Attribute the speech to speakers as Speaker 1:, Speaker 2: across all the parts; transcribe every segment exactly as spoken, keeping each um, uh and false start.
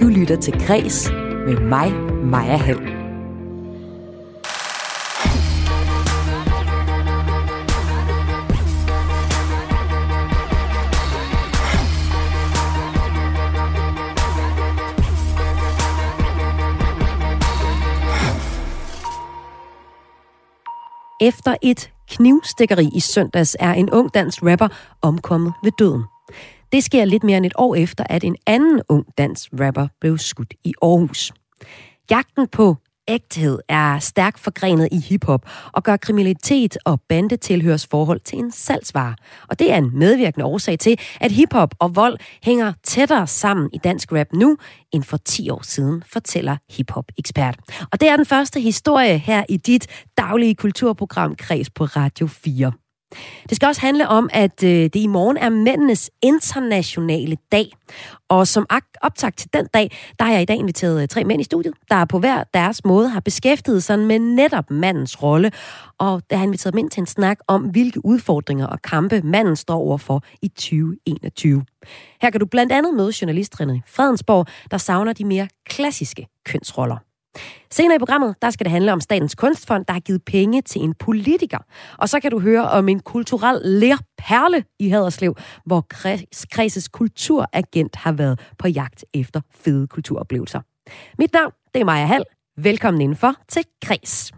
Speaker 1: lytter til Kres med mig, Maja Hall. Efter et knivstikkeri i søndags er en ung dansk rapper omkommet ved døden. Det sker lidt mere end et år efter, at en anden ung dansk rapper blev skudt i Aarhus. Jagten på ægthed er stærkt forgrenet i hiphop og gør kriminalitet og bandetilhørsforhold til en salgsvare. Og det er en medvirkende årsag til, at hiphop og vold hænger tættere sammen i dansk rap nu end for ti år siden, fortæller hiphop-ekspert. Og det er den første historie her i dit daglige kulturprogram Kres på Radio fire. Det skal også handle om, at øh, det i morgen er mændenes internationale dag. Og som optakt til den dag, der har jeg i dag inviteret øh, tre mænd i studiet, der på hver deres måde har beskæftiget sig med netop mandens rolle. Og der har inviteret dem ind til en snak om, hvilke udfordringer og kampe manden står overfor i tyve enogtyve. Her kan du blandt andet møde journalist René Fredensborg, der savner de mere klassiske kønsroller. Senere i programmet, der skal det handle om Statens Kunstfond, der har givet penge til en politiker. Og så kan du høre om en kulturel lerperle i Haderslev, hvor Kres' kulturagent har været på jagt efter fede kulturoplevelser. Mit navn, det er Maja Hall. Velkommen indenfor til Kres.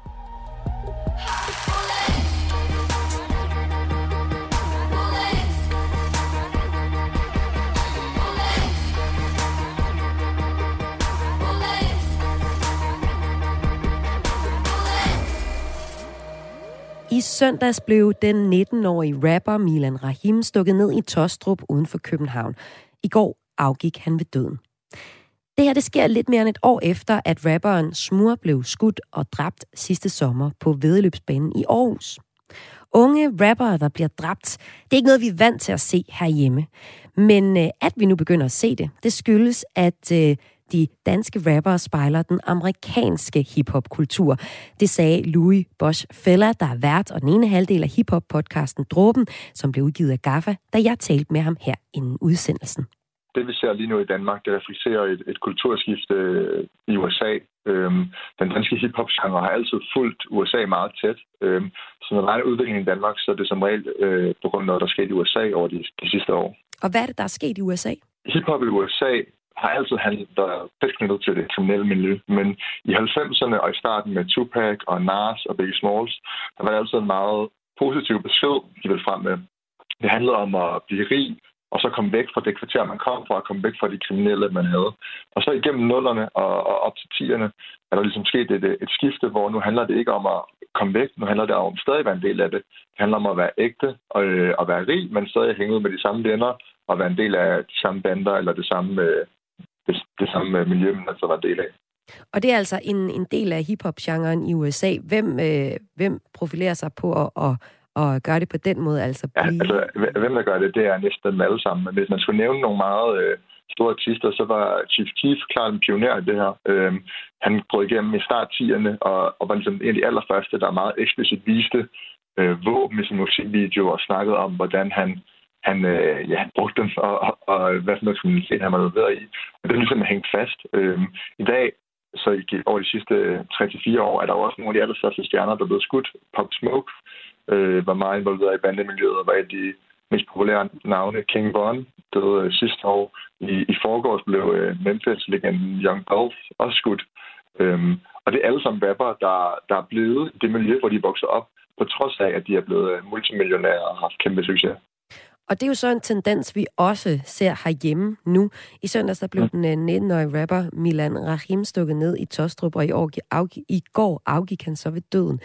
Speaker 1: I søndags blev den nitten-årige rapper Milan Rahim stukket ned i Taastrup uden for København. I går afgik han ved døden. Det her det sker lidt mere end et år efter, at rapperen Smur blev skudt og dræbt sidste sommer på væddeløbsbanen i Aarhus. Unge rappere, der bliver dræbt, det er ikke noget, vi er vant til at se herhjemme. Men at vi nu begynder at se det, det skyldes, at de danske rappere spejler den amerikanske hiphop-kultur. Det sagde Louis Bosch Feller, der er vært og den ene halvdel af hiphop-podcasten Dråben, som blev udgivet af Gaffa, da jeg talte med ham her inden udsendelsen.
Speaker 2: Det vi ser lige nu i Danmark, det reflekterer et, et kulturskifte i U S A. Øhm, den danske hiphop-genre har altid fulgt U S A meget tæt. Øhm, så når der er en udvikling i Danmark, så er det som regel øh, på grund af noget, der er sket i U S A over de, de sidste år.
Speaker 1: Og hvad er det, der er sket i U S A?
Speaker 2: Hiphop i U S A har altid handlet tæt knyttet til det kriminelle miljø. Men i halvfemserne og i starten med Tupac og Nas og Biggie Smalls, der var det altid en meget positiv besked, de ville frem med. Det handlede om at blive rig, og så komme væk fra det kvarter, man kom fra, og komme væk fra de kriminelle, man havde. Og så igennem nullerne og, og op til tierne er der ligesom sket et, et skifte, hvor nu handler det ikke om at komme væk, nu handler det om stadig at være en del af det. Det handler om at være ægte og øh, at være rig, men stadig hænge ud med de samme venner, og være en del af de samme bander, eller det samme, øh, det, det samme miljø, man altså var en del af.
Speaker 1: Og det er altså en, en del af hiphop-genren i U S A. Hvem, øh, hvem profilerer sig på at, at, at gøre det på den måde? Altså
Speaker 2: blive... ja, altså, hvem der gør det, det er næsten dem alle sammen. Men hvis man skulle nævne nogle meget øh, store artister, så var Chief Keef klart en pioner i det her. Øh, han brød igennem i start tierne, og, og var ligesom en af de allerførste, der meget eksplicit viste øh, våben i sin musikvideo, og snakkede om, hvordan han Han, øh, ja, han brugte dem, og, og, og hvad for noget kriminalitet han var leveret i. Og det er ligesom hængt fast. Øhm, I dag, så over de sidste tre til fire år, er der også nogle af de allerstørste stjerner, der er blevet skudt. Pop Smoke øh, var meget involveret i bandemiljøet, og var et af de mest populære navne. King Von døde øh, sidste år. I, i forgårs blev øh, Memphis-legenden Young Dolph også skudt. Øhm, og det er alle sammen rapper, der, der er blevet i det miljø, hvor de vokser op, på trods af, at de er blevet multimillionære og har haft kæmpe succes.
Speaker 1: Og det er jo så en tendens, vi også ser herhjemme nu. I søndags der blev mm. den nitten-årige rapper Milan Rahim stukket ned i Taastrup, og i, år, afg- i går afgik han så ved døden.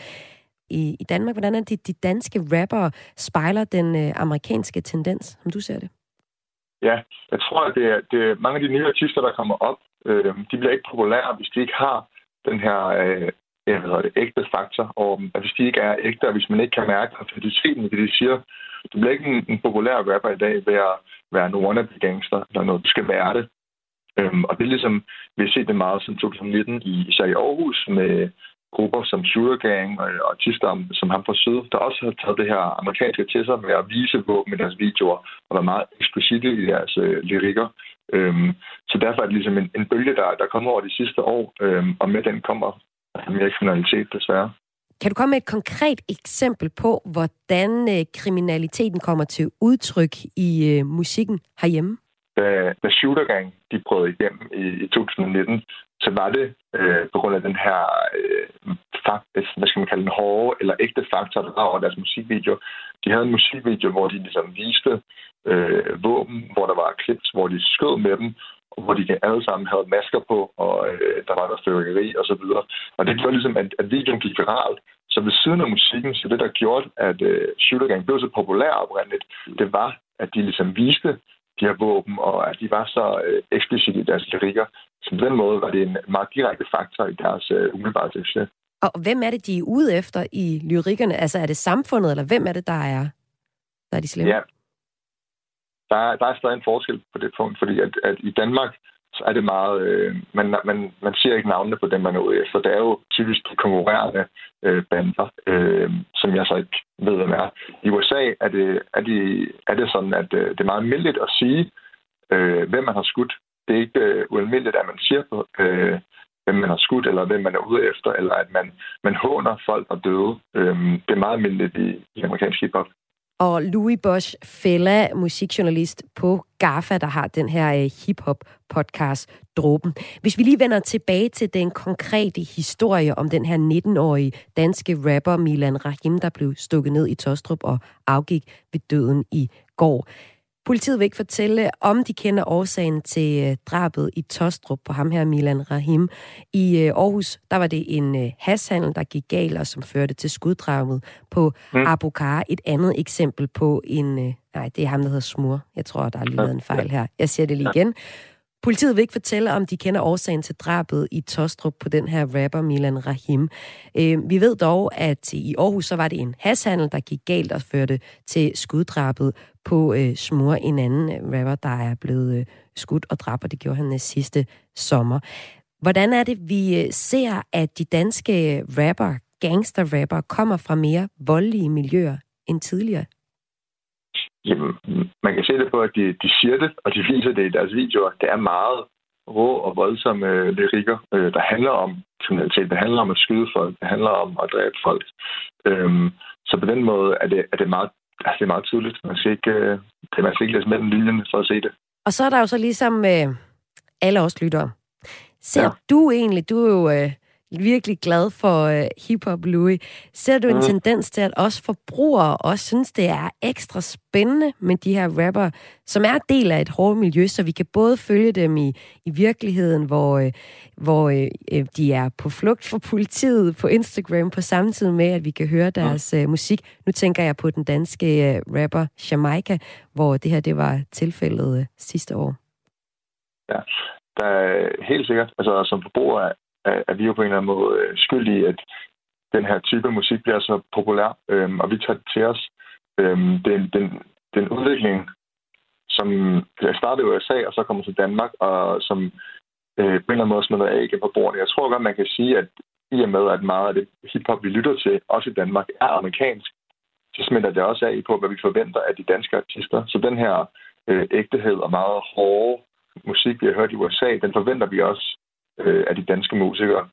Speaker 1: I, i Danmark, hvordan er det, de danske rappere spejler den øh, amerikanske tendens, som du ser det?
Speaker 2: Ja, jeg tror, at det er, det er mange af de nye artister, der kommer op, øh, de bliver ikke populære, hvis de ikke har den her øh, jeg ved, det, ægte faktor. Og at hvis de ikke er ægte, og hvis man ikke kan mærke autenticiteten i det, de siger, du bliver ikke en, en populær rapper i dag ved at være en wannabe-gangster, eller noget, du skal være det. Øhm, og det er ligesom, vi har set det meget siden to tusind nitten, i, især i Aarhus, med grupper som Sugar Gang og, og artister som ham fra Syd, der også har taget det her amerikanske til sig med at vise våben i deres videoer, og være meget eksplicite i deres øh, lyrikker. Øhm, så derfor er det ligesom en, en bølge, der, der kommer over de sidste år, øhm, og med den kommer mere kriminalitet, desværre.
Speaker 1: Kan du komme med et konkret eksempel på, hvordan øh, kriminaliteten kommer til udtryk i øh, musikken herhjemme?
Speaker 2: Da, da Shooter Gang de prøvede igennem i, i to tusind nitten, så var det øh, på grund af den her øh, fakt, hvad skal man kalde den, hårde eller ægte faktor, der var over deres musikvideo. De havde en musikvideo, hvor de ligesom viste øh, våben, hvor der var clips, hvor de skød med dem, og hvor de alle sammen havde masker på, og øh, der var der fyrværkeri og så videre. Og det gjorde ligesom, at, at videoen gik viralt. Så ved siden af musikken, så det der gjorde, at øh, Shooter Gang blev så populær oprindeligt, det var, at de ligesom viste de her våben, og at de var så øh, eksplicit i deres lyrikker. Så på den måde var det en meget direkte faktor i deres øh, umiddelbare succes.
Speaker 1: Og hvem er det, de er ude efter i lyrikkerne? Altså er det samfundet, eller hvem er det, der er, der er de slemme?
Speaker 2: Ja, der er, der er stadig en forskel på det punkt, fordi at, at i Danmark, så er det meget, øh, man, man, man siger ikke navnene på dem, man er ude efter. Det er jo typisk de konkurrerende øh, bander, øh, som jeg så ikke ved, hvad er. I U S A er det, er det, er det sådan, at øh, det er meget almindeligt at sige, øh, hvem man har skudt. Det er ikke øh, ualmindeligt, at man siger på, øh, hvem man har skudt, eller hvem man er ude efter, eller at man, man håner folk og døde. Øh, det er meget almindeligt i, i amerikansk hiphop.
Speaker 1: Og Louis Bosch Fella, musikjournalist på GAFFA, der har den her uh, hip-hop-podcast Dråben. Hvis vi lige vender tilbage til den konkrete historie om den her nitten-årige danske rapper Milan Rahim, der blev stukket ned i Taastrup og afgik ved døden i går. Politiet vil ikke fortælle, om de kender årsagen til uh, drabet i Taastrup på ham her, Milan Rahim. I uh, Aarhus, der var det en uh, hashhandel, der gik galt, og som førte til skuddrabet på mm. Abukar. Et andet eksempel på en... Uh, nej, det er ham, der hedder Smur. Jeg tror, der er lige lavet en fejl her. Jeg siger det lige igen. Politiet vil ikke fortælle, om de kender årsagen til drabet i Taastrup på den her rapper Milan Rahim. Øh, vi ved dog, at i Aarhus så var det en hashhandel, der gik galt og førte til skuddrabet på øh, Smur, en anden rapper, der er blevet øh, skudt og dræbt, og det gjorde han øh, sidste sommer. Hvordan er det, vi øh, ser, at de danske rapper, gangsterrapper, kommer fra mere voldelige miljøer end tidligere?
Speaker 2: Jamen, man kan se det på, at de, de siger det, og de viser det i deres videoer. Det er meget rå og voldsomme øh, lyrikker, øh, der handler om kriminalitet. Det handler om at skyde folk. Det handler om at dræbe folk. Øhm, så på den måde er det, er det, meget, altså det er meget tydeligt. Man skal ikke, øh, man skal ikke læse mellem linjerne for at se det.
Speaker 1: Og så er der jo så ligesom øh, alle os lyttere. Ser ja. du egentlig, du er jo... Øh virkelig glad for uh, hiphop, Louis. Ser du en mm. tendens til, at også forbrugere også synes, det er ekstra spændende med de her rapper, som er del af et hårdt miljø, så vi kan både følge dem i, i virkeligheden, hvor, uh, hvor uh, de er på flugt fra politiet på Instagram, på samme tid med, at vi kan høre deres mm. uh, musik. Nu tænker jeg på den danske uh, rapper Jamaica, hvor det her det var tilfældet uh, sidste år.
Speaker 2: Ja, der er helt sikkert. Altså, som forbruger er vi jo på en eller anden måde skyldige, at den her type musik bliver så populær, øhm, og vi tager det til os. Øhm, den, den, den udvikling, som startede i U S A, og så kommer til Danmark, og som øh, på en eller anden måde smider af igen på bordene. Jeg tror godt, man kan sige, at i og med, at meget af det hiphop, vi lytter til, også i Danmark, er amerikansk, så smitter det også af på, hvad vi forventer af de danske artister. Så den her øh, ægtehed og meget hårde musik, vi har hørt i U S A, den forventer vi også af de danske musikere.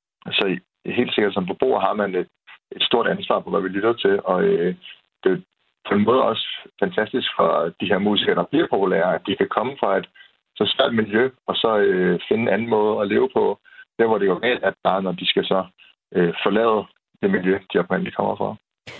Speaker 2: Så helt sikkert som forbruger har man et, et stort ansvar på, hvad vi lytter til, og øh, det er på en måde også fantastisk for de her musikere, der bliver populære, at de kan komme fra et så svært miljø, og så øh, finde en anden måde at leve på, der hvor det går galt, at bare når de skal så øh, forlade det miljø, de oprindeligt kommer fra.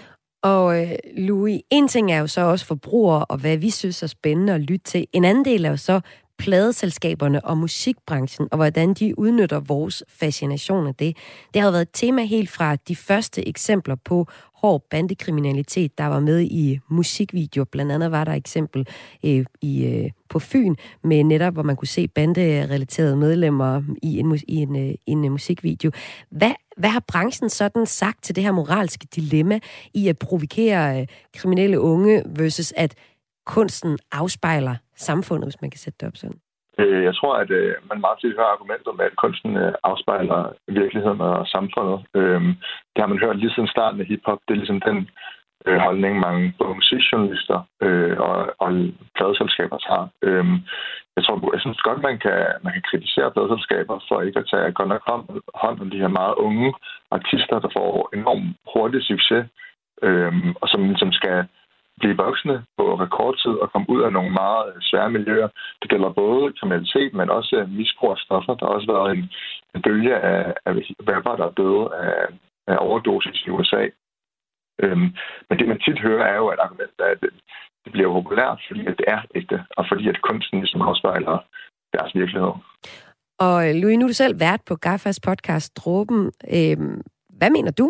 Speaker 1: Og øh, Louis, en ting er jo så også forbrugere, og hvad vi synes er spændende at lytte til. En anden del er jo så pladeselskaberne og musikbranchen, og hvordan de udnytter vores fascination af det. Det har jo været et tema helt fra de første eksempler på hård bandekriminalitet, der var med i musikvideoer. Blandt andet var der et eksempel øh, i, øh, på Fyn, med netop, hvor man kunne se banderelaterede medlemmer i en, i en, øh, en musikvideo. Hvad, hvad har branchen sådan sagt til det her moralske dilemma i at provokere øh, kriminelle unge versus at kunsten afspejler samfundet, hvis man kan sætte det op sådan?
Speaker 2: Jeg tror, at man meget tit hører argumenter med, at kunsten afspejler virkeligheden og samfundet. Det har man hørt lige siden starten af hiphop. Det er ligesom den holdning, mange musikjournalister og, og pladeselskaber har. jeg tror, jeg synes godt, man kan, man kan kritisere pladselskaber for ikke at tage godt nok hånd om de her meget unge artister, der får enormt hurtig succes, øhm, og som, som skal blive voksne på rekordtid og komme ud af nogle meget svære miljøer. Det gælder både kriminalitet, men også misbrug af stoffer. Der har også været en, en bølge af, af rapper, der er døde af, af overdosis i U S A. Øhm, men det, man tit hører, er jo, at argumentet er, at det, det bliver populært, fordi at det er ægte, og fordi at kunsten ligesom afspejler deres virkelighed.
Speaker 1: Og Louis, nu er du selv vært på Gaffas podcast Dråben. Øhm, hvad mener du?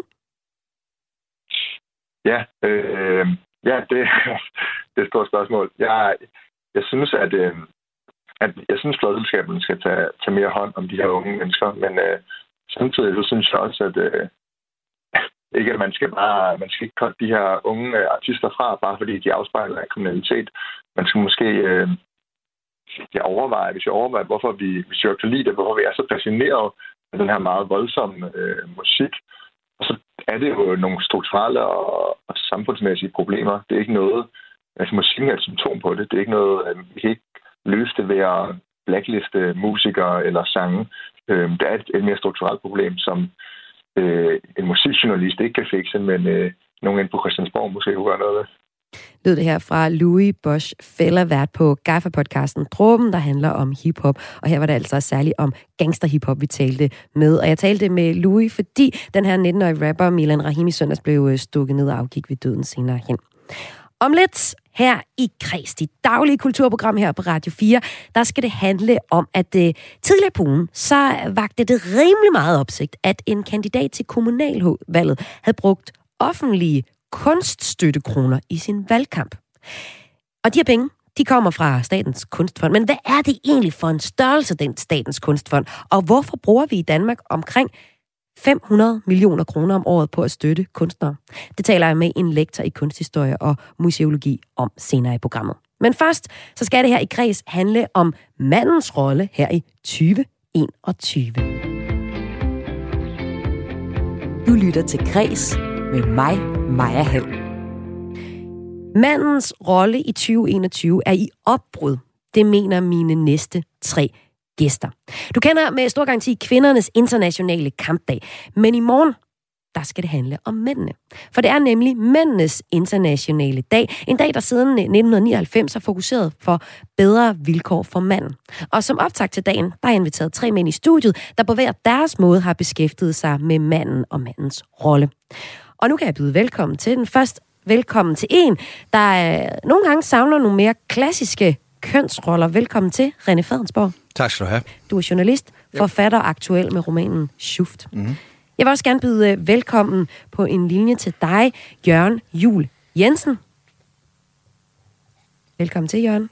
Speaker 2: Ja, øh, ja det, det er et stort spørgsmål. Jeg, jeg synes, at, øh, at jeg synes, at pladselskaberne skal tage, tage mere hånd om de her unge mennesker, men øh, samtidig så synes jeg også, at øh, ikke at man skal bare man skal ikke kotte de her unge artister fra, bare fordi de afspejler af kriminalitet. Man skal måske øh, ja, overveje, hvis jeg overvejer, hvorfor vi, hvis jeg kan lide det, hvorfor vi er så fascineret af den her meget voldsomme øh, musik. Og så er det jo nogle strukturelle og, og samfundsmæssige problemer. Det er ikke noget, altså musikken er et symptom på det. Det er ikke noget, vi kan ikke løse det ved at blackliste musikere eller sange. Øh, det er et, et mere strukturelt problem, som øh, en musikjournalist ikke kan fikse, men øh, nogen inde på Christiansborg måske kunne gøre noget af.
Speaker 1: Lød det her fra Louis Bosch Feller, vært på Gaffa-podcasten Dråben, der handler om hiphop. Og her var det altså særligt om gangster-hiphop, vi talte med. Og jeg talte med Louis, fordi den her nitten-årige rapper Milan Rahimi søndags blev stukket ned og afgik ved døden senere hen. Om lidt her i Kreds, dit daglige kulturprogram her på Radio fire, der skal det handle om, at uh, tidligere på ugen, så vagte det rimelig meget opsigt, at en kandidat til kommunalvalget havde brugt offentlige kunststøttekroner i sin valgkamp. Og de her penge, de kommer fra Statens Kunstfond. Men hvad er det egentlig for en størrelse, den Statens Kunstfond? Og hvorfor bruger vi i Danmark omkring fem hundrede millioner kroner om året på at støtte kunstnere? Det taler jeg med en lektor i kunsthistorie og museologi om senere i programmet. Men først, så skal det her i Kreds handle om mandens rolle her i tyve enogtyve. Du lytter til Kreds med mig, Maja Hall. Mandens rolle i tyve enogtyve er i opbrud. Det mener mine næste tre gæster. Du kender med stor garanti kvindernes internationale kampdag. Men i morgen, der skal det handle om mændene. For det er nemlig mændenes internationale dag. En dag, der siden nitten nioghalvfems har fokuseret for bedre vilkår for manden. Og som optakt til dagen, der er inviteret tre mænd i studiet, der på hver deres måde har beskæftiget sig med manden og mandens rolle. Og nu kan jeg byde velkommen til den. Først velkommen til en, der øh, nogle gange savner nogle mere klassiske kønsroller. Velkommen til, René Fredensborg.
Speaker 3: Tak skal du have.
Speaker 1: Du er journalist, forfatter og aktuel med romanen Schuft.
Speaker 3: Mm-hmm.
Speaker 1: Jeg vil også gerne byde velkommen på en linje til dig, Jørgen Juhl Jensen. Velkommen til, Jørgen.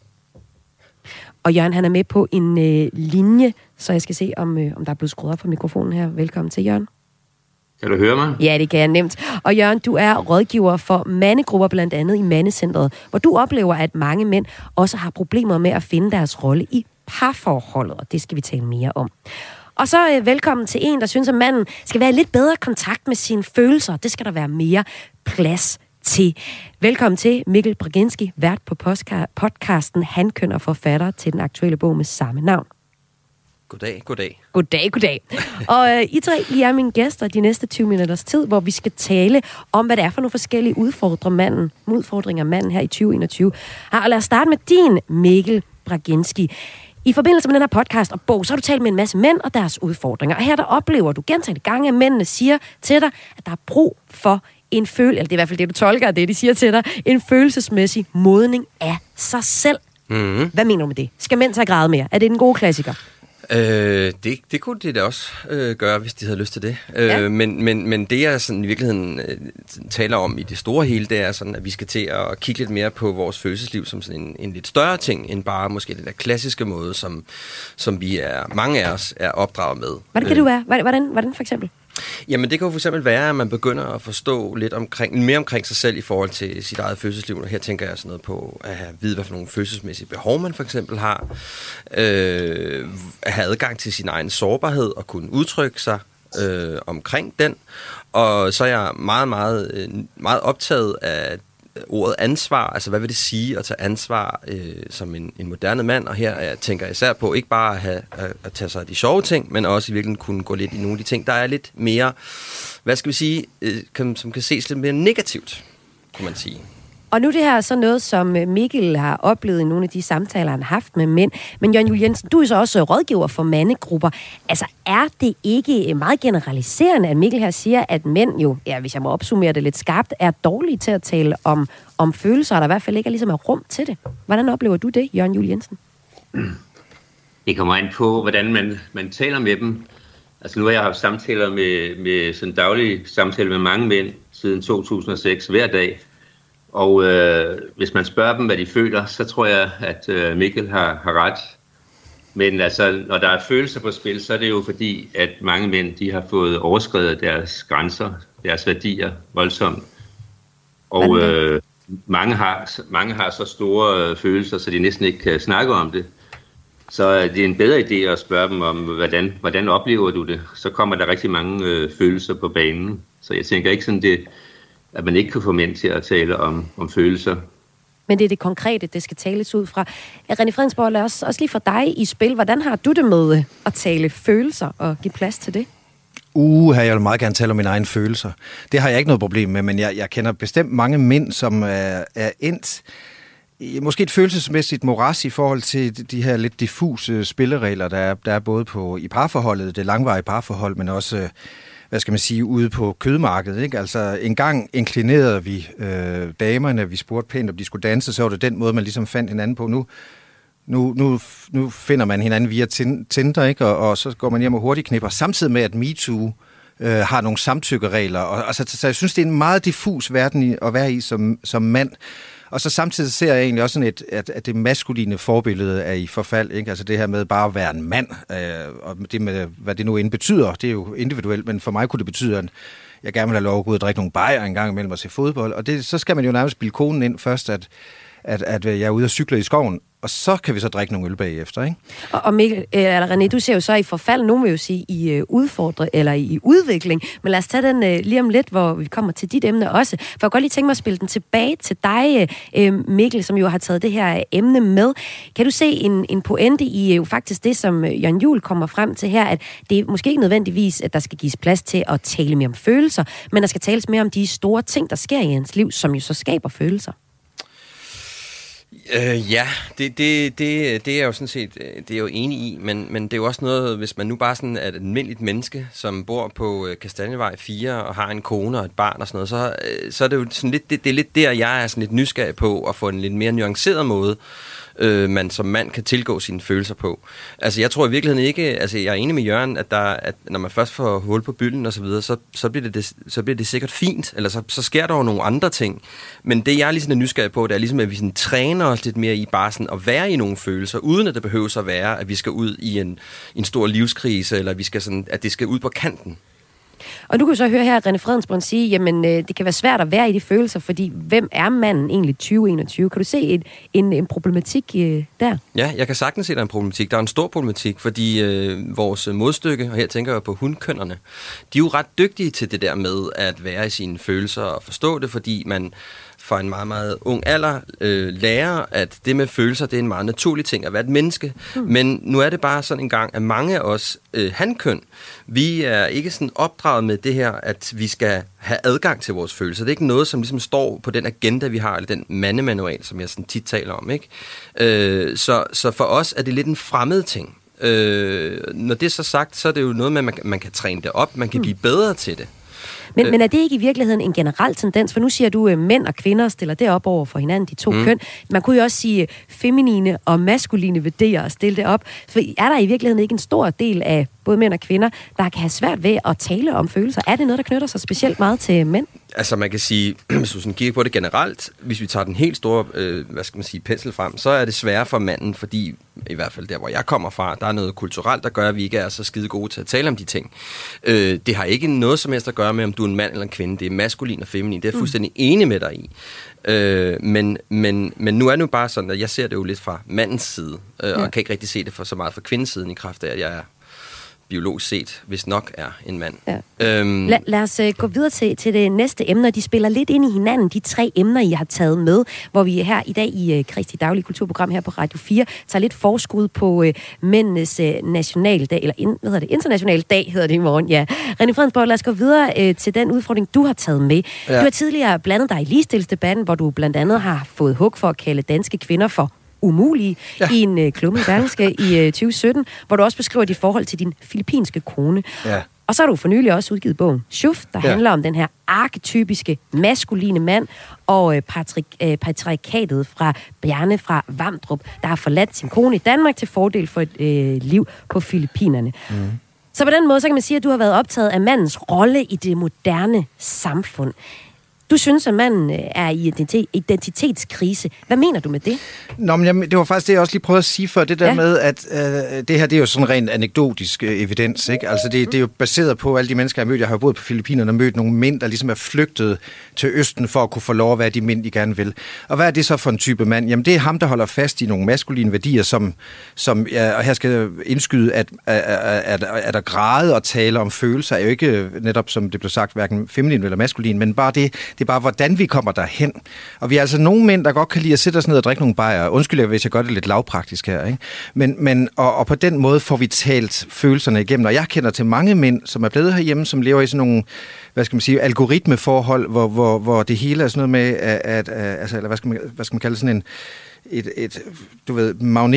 Speaker 1: Og Jørgen, han er med på en øh, linje, så jeg skal se, om, øh, om der er blevet skruet op for mikrofonen her. Velkommen til, Jørgen.
Speaker 4: Kan du høre mig?
Speaker 1: Ja, det kan jeg nemt. Og Jørgen, du er rådgiver for mandegrupper, blandt andet i Mandecentret, hvor du oplever, at mange mænd også har problemer med at finde deres rolle i parforholdet, og det skal vi tale mere om. Og så øh, velkommen til en, der synes, at manden skal være i lidt bedre kontakt med sine følelser. Det skal der være mere plads til. Velkommen til Mikkel Braginski, vært på podcasten Hankøn og forfatter til den aktuelle bog med samme navn.
Speaker 3: Goddag, goddag.
Speaker 1: Goddag, goddag. Og øh, I tre, I er mine gæster de næste tyve minutters tid, hvor vi skal tale om, hvad det er for nogle forskellige udfordringer manden, udfordringer manden her i tyve enogtyve. Og lad os starte med din, Mikkel Braginski. I forbindelse med den her podcast og bog, så har du talt med en masse mænd og deres udfordringer. Og her der oplever du gentagne gange, at mændene siger til dig, at der er brug for en følelse, eller det er i hvert fald det, du tolker af det, de siger til dig, en følelsesmæssig modning af sig selv.
Speaker 3: Mm-hmm.
Speaker 1: Hvad mener du med det? Skal mænd tage græde mere? Er det en god klassiker?
Speaker 3: Øh, det, det kunne de da også øh, gøre, hvis de havde lyst til det.
Speaker 1: Ja.
Speaker 3: Øh, men, men, men det, jeg sådan i virkeligheden øh, taler om i det store hele, det er sådan, at vi skal til at kigge lidt mere på vores følelsesliv som sådan en, en lidt større ting, end bare måske det der klassiske måde, som, som vi er, mange af os er opdraget med.
Speaker 1: Hvordan kan øh, du være? Hvordan, hvordan for eksempel?
Speaker 3: Jamen, det kan jo for eksempel være, at man begynder at forstå lidt omkring, mere omkring sig selv i forhold til sit eget følelsesliv. Og her tænker jeg sådan noget på at have, vide, hvad for nogle følelsesmæssige behov man for eksempel har. Øh, at have adgang til sin egen sårbarhed og kunne udtrykke sig øh, omkring den. Og så er jeg meget, meget, meget optaget af ordet ansvar, altså hvad vil det sige at tage ansvar øh, som en, en moderne mand, og her jeg tænker jeg især på ikke bare at, have, at, at tage sig af de sjove ting, men også i virkeligheden kunne gå lidt i nogle af de ting, der er lidt mere, hvad skal vi sige, øh, kan, som kan ses lidt mere negativt, kunne man sige.
Speaker 1: Og nu er det her så noget, som Mikkel har oplevet i nogle af de samtaler, han har haft med mænd. Men Jørgen Juel Jensen, du er så også rådgiver for mandegrupper. Altså, er det ikke meget generaliserende, at Mikkel her siger, at mænd jo, ja, hvis jeg må opsummere det lidt skarpt, er dårlige til at tale om, om følelser, og der i hvert fald ikke er ligesom er rum til det? Hvordan oplever du det, Jørgen Juel Jensen?
Speaker 4: Det kommer an på, hvordan man, man taler med dem. Altså, nu har jeg haft samtaler med, med sådan daglige samtaler med mange mænd siden to tusind og seks hver dag. Og øh, hvis man spørger dem, hvad de føler, så tror jeg, at øh, Mikkel har, har ret. Men altså, når der er følelser på spil, så er det jo fordi, at mange mænd de har fået overskredet deres grænser, deres værdier voldsomt. Og øh, mange, har, mange har så store øh, følelser, så de næsten ikke kan snakke om det. Så øh, det er en bedre idé at spørge dem om, hvordan, hvordan oplever du det? Så kommer der rigtig mange øh, følelser på banen. Så jeg tænker ikke sådan det... at man ikke kan få mænd til at tale om, om følelser.
Speaker 1: Men det er det konkrete, det skal tales ud fra. René Fredensborg, lad os også lige for dig i spil. Hvordan har du det med at tale følelser og give plads til det?
Speaker 5: Uh, jeg vil meget gerne tale om mine egne følelser. Det har jeg ikke noget problem med, men jeg, jeg kender bestemt mange mænd, som er, er endt i måske et følelsesmæssigt moras i forhold til de her lidt diffuse spilleregler, der er, der er både på i parforholdet, det langvarige parforhold, men også... hvad skal man sige, ude på kødmarkedet, ikke? Altså, en gang inklinerede vi øh, damerne, vi spurgte pænt, om de skulle danse, så var det den måde, man ligesom fandt hinanden på. Nu, nu, nu, nu finder man hinanden via Tinder, ikke? Og, og så går man hjem og hurtigt knipper, samtidig med, at MeToo øh, har nogle samtykkeregler. Og, altså, så jeg synes, det er en meget diffus verden at være i som, som mand. Og så samtidig ser jeg egentlig også sådan et, at, at det maskuline forbillede er i forfald, ikke? Altså det her med bare at være en mand, øh, og det med, hvad det nu end betyder, det er jo individuelt, men for mig kunne det betyde, at jeg gerne vil have lov at gå ud og drikke nogle bajer en gang imellem og se fodbold, og det, så skal man jo nærmest bilde konen ind først, at, at, at jeg er ude og cykle i skoven, og så kan vi så drikke nogle øl bagefter, ikke?
Speaker 1: Og, og Mikkel, eller René, du ser jo så i forfald, nogen vil jo sige i uh, udfordre, eller i, i udvikling, men lad os tage den uh, lige om lidt, hvor vi kommer til dit emne også. For jeg godt lige tænke mig at spille den tilbage til dig, uh, Mikkel, som jo har taget det her emne med. Kan du se en, en pointe i uh, faktisk det, som Jørgen Juel kommer frem til her, at det er måske ikke nødvendigvis, at der skal gives plads til at tale mere om følelser, men der skal tales mere om de store ting, der sker i ens liv, som jo så skaber følelser?
Speaker 3: Øh, ja, det, det, det, det er jeg jo sådan set det er jeg jo enig i, men, men det er jo også noget, hvis man nu bare sådan er et almindeligt menneske, som bor på Kastanjevej fire og har en kone og et barn og sådan noget, så, så er det jo sådan lidt, det, det er lidt der, jeg er sådan lidt nysgerrig på at få en lidt mere nuanceret måde, øh, man som mand kan tilgå sine følelser på. Altså jeg tror i virkeligheden ikke, altså jeg er enig med Jørgen, at, der, at når man først får hul på bylden og så videre, så, så, bliver det, så bliver det sikkert fint, eller så, så sker der jo nogle andre ting. Men det jeg er ligesom er nysgerrig på, det er ligesom, at vi sådan træner os lidt mere i bare sådan at være i nogle følelser, uden at det behøver at være, at vi skal ud i en, en stor livskrise, eller vi skal sådan, at det skal ud på kanten.
Speaker 1: Og du kan så høre her, René Fredensborg sige, jamen øh, det kan være svært at være i de følelser, fordi hvem er manden egentlig tyve enogtyve? Kan du se et, en, en problematik øh, der?
Speaker 3: Ja, jeg kan sagtens se, der er en problematik. Der er en stor problematik, fordi øh, vores modstykke, og her tænker jeg på hundkønnerne, de er jo ret dygtige til det der med at være i sine følelser og forstå det, fordi man fra en meget, meget ung alder øh, lærer, at det med følelser, det er en meget naturlig ting at være et menneske. Mm. Men nu er det bare sådan en gang, at mange af os øh, hankøn, vi er ikke sådan opdraget med det her, at vi skal have adgang til vores følelser. Det er ikke noget, som ligesom står på den agenda, vi har, eller den mandemanual, som jeg sådan tit taler om, ikke? Øh, så, så for os er det lidt en fremmed ting. Øh, når det er så sagt, så er det jo noget med, at man, man kan træne det op, man kan blive bedre til det.
Speaker 1: Men, øh. men er det ikke i virkeligheden en generel tendens? For nu siger du, at mænd og kvinder stiller det op over for hinanden, de to mm. køn. Man kunne jo også sige feminine og maskuline værdier og stille det op. For er der i virkeligheden ikke en stor del af både mænd og kvinder, der kan have svært ved at tale om følelser? Er det noget, der knytter sig specielt meget til mænd?
Speaker 3: Altså man kan sige, hvis du sådan kigger på det generelt, hvis vi tager den helt store, øh, hvad skal man sige, pensel frem, så er det sværere for manden, fordi i hvert fald der, hvor jeg kommer fra, der er noget kulturelt, der gør, at vi ikke er så skide gode til at tale om de ting. Øh, det har ikke noget som helst at gøre med, om du er en mand eller en kvinde. Det er maskulin og feminin. Det er jeg fuldstændig mm. enig med dig i. Øh, men, men, men nu er det jo bare sådan, at jeg ser det jo lidt fra mandens side, øh, ja. og kan ikke rigtig se det for så meget fra kvindens side i kraft af, at jeg er biologisk set, hvis nok er en mand.
Speaker 1: Ja.
Speaker 3: Øhm,
Speaker 1: La, lad os uh, gå videre til, til det næste emne. De spiller lidt ind i hinanden, de tre emner, I har taget med, hvor vi her i dag i uh, Kristi Daglige Kulturprogram her på Radio fire tager lidt forskud på uh, mændenes uh, nationaldag, eller in, hvad hedder det, international dag hedder det i morgen, ja. René Fredensborg, lad os gå videre uh, til den udfordring, du har taget med. Ja. Du har tidligere blandet dig i ligestillingsdebatten, hvor du blandt andet har fået hug for at kalde danske kvinder for umulige ja. i en uh, klumme i Berlingske i uh, tyve sytten, hvor du også beskriver dit forhold til din filippinske kone. Ja. Og så har du for nylig også udgivet bogen Sjuf, der ja. handler om den her arketypiske maskuline mand og øh, patrik, øh, patriarkatet fra Bjarne fra Vamdrup, der har forladt sin kone i Danmark til fordel for et øh, liv på Filippinerne. Mm. Så på den måde, så kan man sige, at du har været optaget af mandens rolle i det moderne samfund. Du synes, at manden er i identitetskrise. Hvad mener du med det?
Speaker 5: Nå, men jamen, det var faktisk det, jeg også lige prøvede at sige før. Det der ja. med, at øh, det her, det er jo sådan rent anekdotisk øh, evidens, ikke? Altså, det, det er jo baseret på alle de mennesker, jeg har mødt. Jeg har jo boet på Filippinerne og mødt nogle mænd, der ligesom er flygtet til Østen for at kunne få lov at være de mænd, de gerne vil. Og hvad er det så for en type mand? Jamen, det er ham, der holder fast i nogle maskuline værdier, som, som ja, og her skal jeg indskyde, at, at, at, at der græde og tale om følelser er jo ikke netop, som det blev sagt, hverken feminin eller maskulin, men bare det, det er bare, hvordan vi kommer derhen. Og vi er altså nogle mænd, der godt kan lide at sætte os ned og drikke nogle bajer. Undskyld, hvis jeg gør det lidt lavpraktisk her, ikke? Men, men og, og på den måde får vi talt følelserne igennem. Og jeg kender til mange mænd, som er blevet herhjemme, som lever i sådan nogle, hvad skal man sige, algoritmeforhold, hvor, hvor, hvor det hele er sådan noget med, at, at, at altså, eller hvad skal man, hvad skal man kalde sådan en et, et du ved,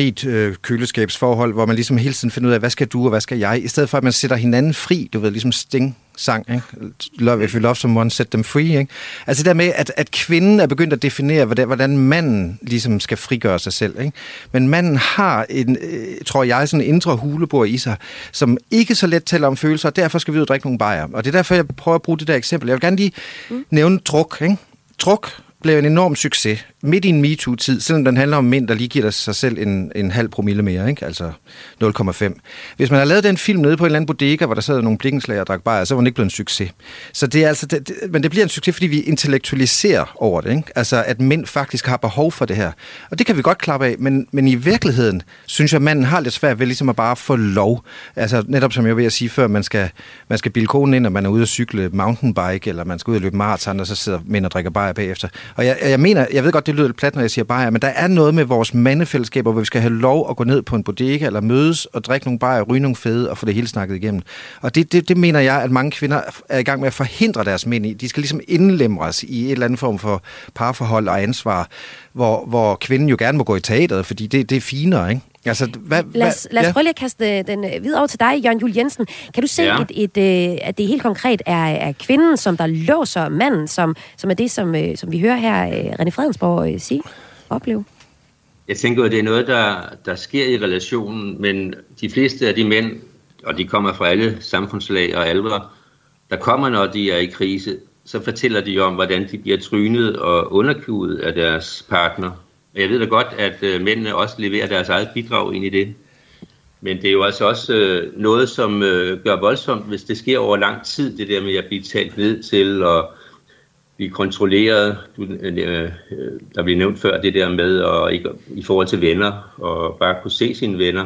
Speaker 5: magnet-køleskabsforhold, hvor man ligesom hele tiden finder ud af, hvad skal du, og hvad skal jeg, i stedet for, at man sætter hinanden fri, du ved, ligesom Sting sang, ikke? Love, if you love someone, set them free, ikke? Altså der med, at, at kvinden er begyndt at definere, hvordan, hvordan manden ligesom skal frigøre sig selv, ikke? Men manden har en, tror jeg, sådan en indre hulebord i sig, som ikke så let taler om følelser, og derfor skal vi ud og drikke nogle bajer. Og det er derfor, jeg prøver at bruge det der eksempel. Jeg vil gerne lige mm. nævne druk, ikke? Druk blev en enorm succes midt i en MeToo-tid, selvom den handler om mænd, der lige giver sig selv en, en halv promille mere, ikke? Altså nul komma fem. Hvis man har lavet den film nede på en eller anden bodega, hvor der sad nogle blikkenslager og drak bajer, så var den ikke blevet en succes. Så det er altså, det, det, men det bliver en succes, fordi vi intellektualiserer over det, ikke? Altså, at mænd faktisk har behov for det her. Og det kan vi godt klappe af, men, men i virkeligheden synes jeg, at manden har lidt svært ved ligesom at bare få lov. Altså, netop som jeg vil sige før, man skal, man skal bilde konen ind, og man er ude at cykle mountainbike, eller man skal ud og løbe maraton, og så sidder mænd og drikker bajer bagefter. Og jeg, jeg mener, jeg ved godt, det lyder lidt plat, når jeg siger bajer, men der er noget med vores mandefællesskaber, hvor vi skal have lov at gå ned på en bodega, eller mødes og drikke nogle bajer, ryge nogle fede, og få det hele snakket igennem. Og det, det, det mener jeg, at mange kvinder er i gang med at forhindre deres mænd i. De skal ligesom indlemres i et eller andet form for parforhold og ansvar, hvor, hvor kvinden jo gerne må gå i teateret, fordi det, det er finere, ikke? Altså, hvad,
Speaker 1: lad os, lad os ja. prøve lige at kaste den videre over til dig, Jørgen Juel Jensen. Kan du se, ja. et, et, at det helt konkret er, er kvinden, som der låser manden, som, som er det, som, som vi hører her René Fredensborg sige, opleve?
Speaker 4: Jeg tænker, at det er noget, der, der sker i relationen, men de fleste af de mænd, og de kommer fra alle samfundslag og aldre, der kommer, når de er i krise, så fortæller de om, hvordan de bliver trynet og underkuet af deres partner. Jeg ved da godt, at øh, mændene også leverer deres eget bidrag ind i det. Men det er jo altså også øh, noget, som øh, gør voldsomt, hvis det sker over lang tid, det der med at blive talt ned til og blive kontrolleret. Du, øh, der blev nævnt før det der med at, ikke, i forhold til venner, og bare kunne se sine venner,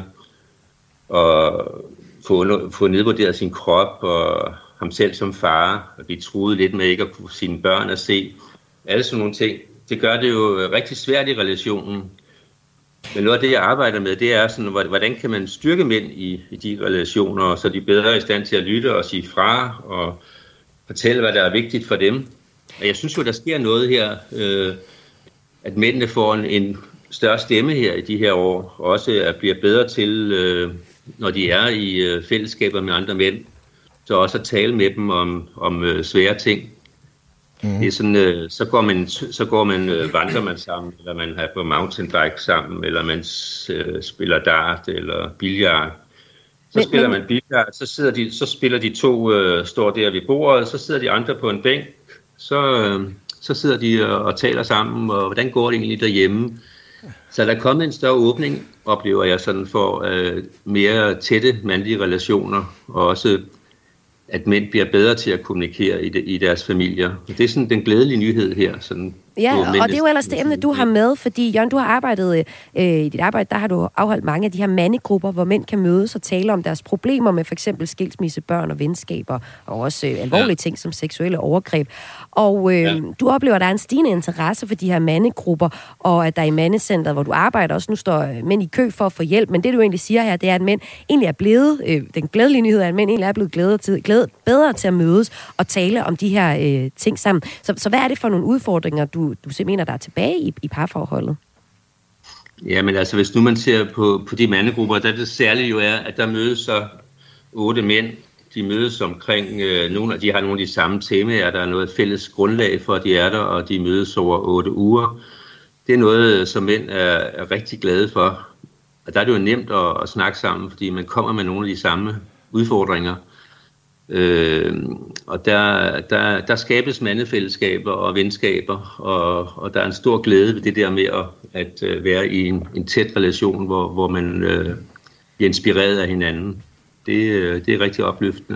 Speaker 4: og få, få nedvurderet sin krop, og ham selv som far, og blive truet lidt med ikke at kunne sine børn at se. Alle sådan nogle ting. Det gør det jo rigtig svært i relationen. Men noget af det, jeg arbejder med, det er sådan, hvordan kan man styrke mænd i, i de relationer, så de er bedre i stand til at lytte og sige fra, og fortælle, hvad der er vigtigt for dem. Og jeg synes jo, der sker noget her, øh, at mændene får en, en større stemme her i de her år, og også at bliver bedre til, øh, når de er i øh, fællesskaber med andre mænd, så også at tale med dem om, om øh, svære ting. Mm. Det er sådan, øh, så går man, så går man, øh, vandrer man sammen, eller man har på mountainbike sammen, eller man øh, spiller dart eller billard. Så men, spiller men... man billard, så sidder de, så spiller de to øh, står der ved bordet, så sidder de andre på en bænk, så øh, så sidder de og, og taler sammen, og hvordan går det egentlig derhjemme? Så der er kommet en større åbning, oplever jeg sådan for øh, mere tætte mandlige relationer, og også at mænd bliver bedre til at kommunikere i, de, i deres familier. Det er sådan den glædelige nyhed her, sådan
Speaker 1: Ja, og, og det er jo ellers det emne, du har med, fordi Jørgen, du har arbejdet, øh, i dit arbejde, der har du afholdt mange af de her mandegrupper, hvor mænd kan mødes og tale om deres problemer med for eksempel skilsmisse, børn og venskaber, og også øh, alvorlige ja. ting som seksuelle overgreb. Og øh, ja. du oplever, at der er en stigende interesse for de her mandegrupper, og at der i mandecentret, hvor du arbejder, også nu står mænd i kø for at få hjælp, men det du egentlig siger her, det er, at mænd egentlig er blevet, øh, den glædelige nyhed er, at mænd egentlig er blevet glædet til, glædet, bedre til at mødes og tale om de her øh, ting sammen. Så, så hvad er det for nogle udfordringer, du Du, du mener, der er tilbage i, i parforholdet?
Speaker 4: Ja, men altså, hvis nu man ser på, på de mandegrupper, der det særlige jo er, at der mødes så otte mænd. De mødes omkring, øh, nogle af de har nogle af de samme temaer, der er noget fælles grundlag for, at de er der, og de mødes over otte uger. Det er noget, som mænd er, er rigtig glade for. Og der er det jo nemt at, at snakke sammen, fordi man kommer med nogle af de samme udfordringer. Øh, og der, der, der skabes mandefællesskaber og venskaber, og, og der er en stor glæde ved det der med at, at uh, være i en, en tæt relation, hvor, hvor man uh, bliver inspireret af hinanden. Det, uh, det er rigtig opløftende.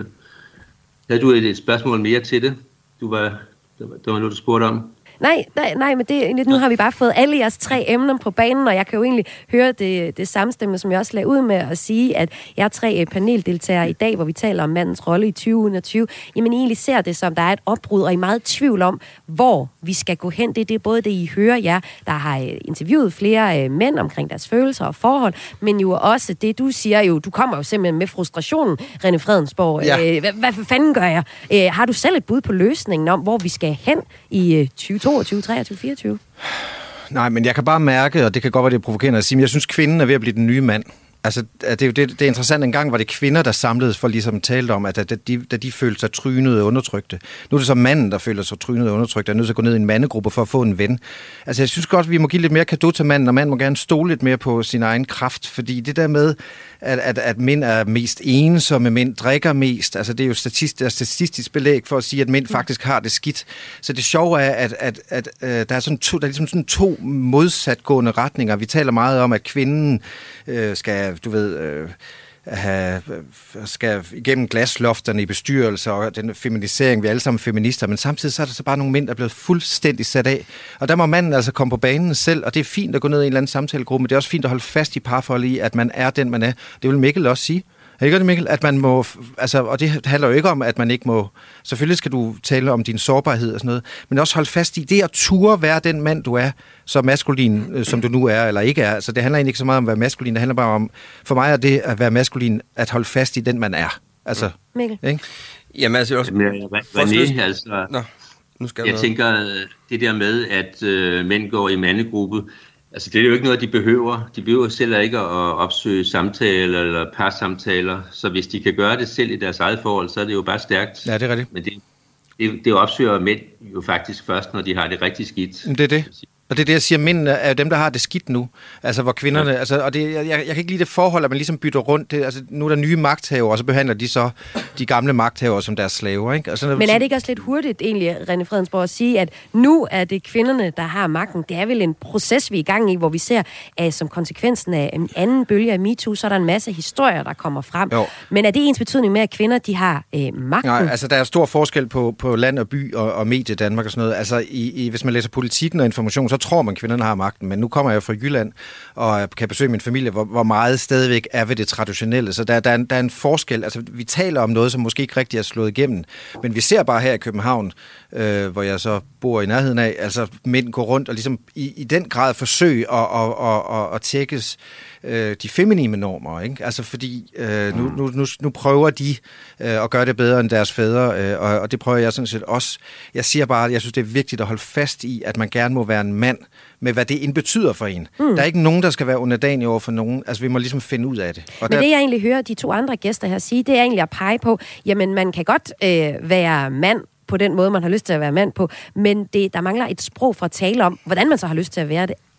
Speaker 4: Havde du et, et spørgsmål mere til det? Du var, det var, det var noget, du spurgte om.
Speaker 1: Nej, nej, nej, men det, nu har vi bare fået alle jeres tre emner på banen, og jeg kan jo egentlig høre det, det samstemme, som jeg også lagde ud med at sige, at jeg er tre paneldeltagere i dag, hvor vi taler om mandens rolle i tyve enogtyve. Jamen, I egentlig ser det som, der er et opbrud, og I er meget i tvivl om, hvor vi skal gå hen. Det, det er både det, I hører jer, der har interviewet flere mænd omkring deres følelser og forhold, men jo også det, du siger jo, du kommer jo simpelthen med frustrationen, René Fredensborg. Ja. Øh, hvad, hvad fanden gør jeg? Øh, har du selv et bud på løsningen om, hvor vi skal hen i tyve toogtyve, treogtyve, fireogtyve?
Speaker 5: Nej, men jeg kan bare mærke, og det kan godt være, det er provokerende at sige, men jeg synes, kvinden er ved at blive den nye mand. Altså, det er jo det, det er interessant. En gang var det kvinder, der samledes for ligesom talte om, at da de, da de følte sig trynede og undertrykte. Nu er det så manden, der føler sig trynede og undertrykte, og er nødt til at gå ned i en mandegruppe for at få en ven. Altså, jeg synes godt, vi må give lidt mere cadeau til manden, og manden må gerne stole lidt mere på sin egen kraft, fordi det der med, at, at, at mænd er mest ensomme, mænd drikker mest, altså det er jo statistisk, statistisk belæg for at sige, at mænd faktisk har det skidt. Så det sjove er, at, at, at, at der er sådan to, der er ligesom sådan to modsatgående retninger. Vi taler meget om, at kvinden øh, skal du ved, øh, have, skal igennem glaslofterne i bestyrelser og den feminisering, vi er alle sammen feminister, men samtidig så er der så bare nogle mænd, der er blevet fuldstændig sat af. Og der må manden altså komme på banen selv, og det er fint at gå ned i en eller anden samtalegruppe, men det er også fint at holde fast i parforholdet i, at man er den, man er. Det vil Mikkel også sige. Er det ikke det, Mikkel? At man må, altså, og det handler jo ikke om, at man ikke må, selvfølgelig skal du tale om din sårbarhed og sådan noget, men også holde fast i det at ture være den mand, du er, så maskulin, som du nu er, eller ikke er. Så det handler egentlig ikke så meget om at være maskulin, det handler bare om, for mig er det at være maskulin, at holde fast i den, man er. Altså,
Speaker 1: Mikkel?
Speaker 5: Ikke?
Speaker 3: Jamen altså, også...
Speaker 4: René, altså...
Speaker 3: Nå, nu skal
Speaker 4: jeg
Speaker 3: jeg
Speaker 4: tænker, det der med, at øh, mænd går i mandegruppe, altså det er jo ikke noget, de behøver. De behøver selv ikke at opsøge samtaler eller parsamtaler, så hvis de kan gøre det selv i deres eget forhold, så er det jo bare stærkt.
Speaker 5: Ja, det er rigtigt.
Speaker 4: Men det, det, det opsøger mænd jo faktisk først, når de har det rigtig skidt.
Speaker 5: Det er det. Og det er det, jeg siger, mændene er dem, der har det skidt nu. Altså, hvor kvinderne... Ja. Altså, og det, jeg, jeg kan ikke lide det forhold, at man ligesom bytter rundt. Det, altså, nu er der nye magthavere, og så behandler de så de gamle magthavere som deres slaver, ikke? Altså,
Speaker 1: men er det ikke også lidt hurtigt, egentlig, René Fredensborg, at sige, at nu er det kvinderne, der har magten? Det er vel en proces, vi er i gang i, hvor vi ser, at som konsekvensen af en anden bølge af MeToo, så er der en masse historier, der kommer frem. Jo. Men er det ens betydning med, at kvinder, de har øh, magten?
Speaker 5: Nej, altså, der er stor forskel på, på land og by og, og medie Danmark og sådan noget. Altså, i, i, hvis man læser Politikken og Information, så tror man, kvinderne har magten, men nu kommer jeg fra Jylland og kan besøge min familie, hvor, hvor meget stadigvæk er ved det traditionelle. Så der, der, er en, der er en forskel. Altså, vi taler om noget, som måske ikke rigtig er slået igennem, men vi ser bare her i København, øh, hvor jeg så bor i nærheden af, altså mænd går rundt og ligesom i, i den grad forsøge at, at, at, at, at tjekkes øh, de feminine normer, ikke? Altså fordi øh, nu, nu, nu, nu prøver de øh, at gøre det bedre end deres fædre, øh, og, og det prøver jeg sådan set også. Jeg siger bare, at jeg synes, det er vigtigt at holde fast i, at man gerne må være en mand, med hvad det betyder for en. Mm. Der er ikke nogen, der skal være underdanig over for nogen. Altså, vi må ligesom finde ud af det. Og
Speaker 1: Men
Speaker 5: der...
Speaker 1: det, jeg egentlig hører de to andre gæster her sige, det er egentlig at pege på, jamen, man kan godt øh, være mand på den måde, man har lyst til at være mand på, men det, der mangler et sprog for at tale om, hvordan man så har lyst til at være det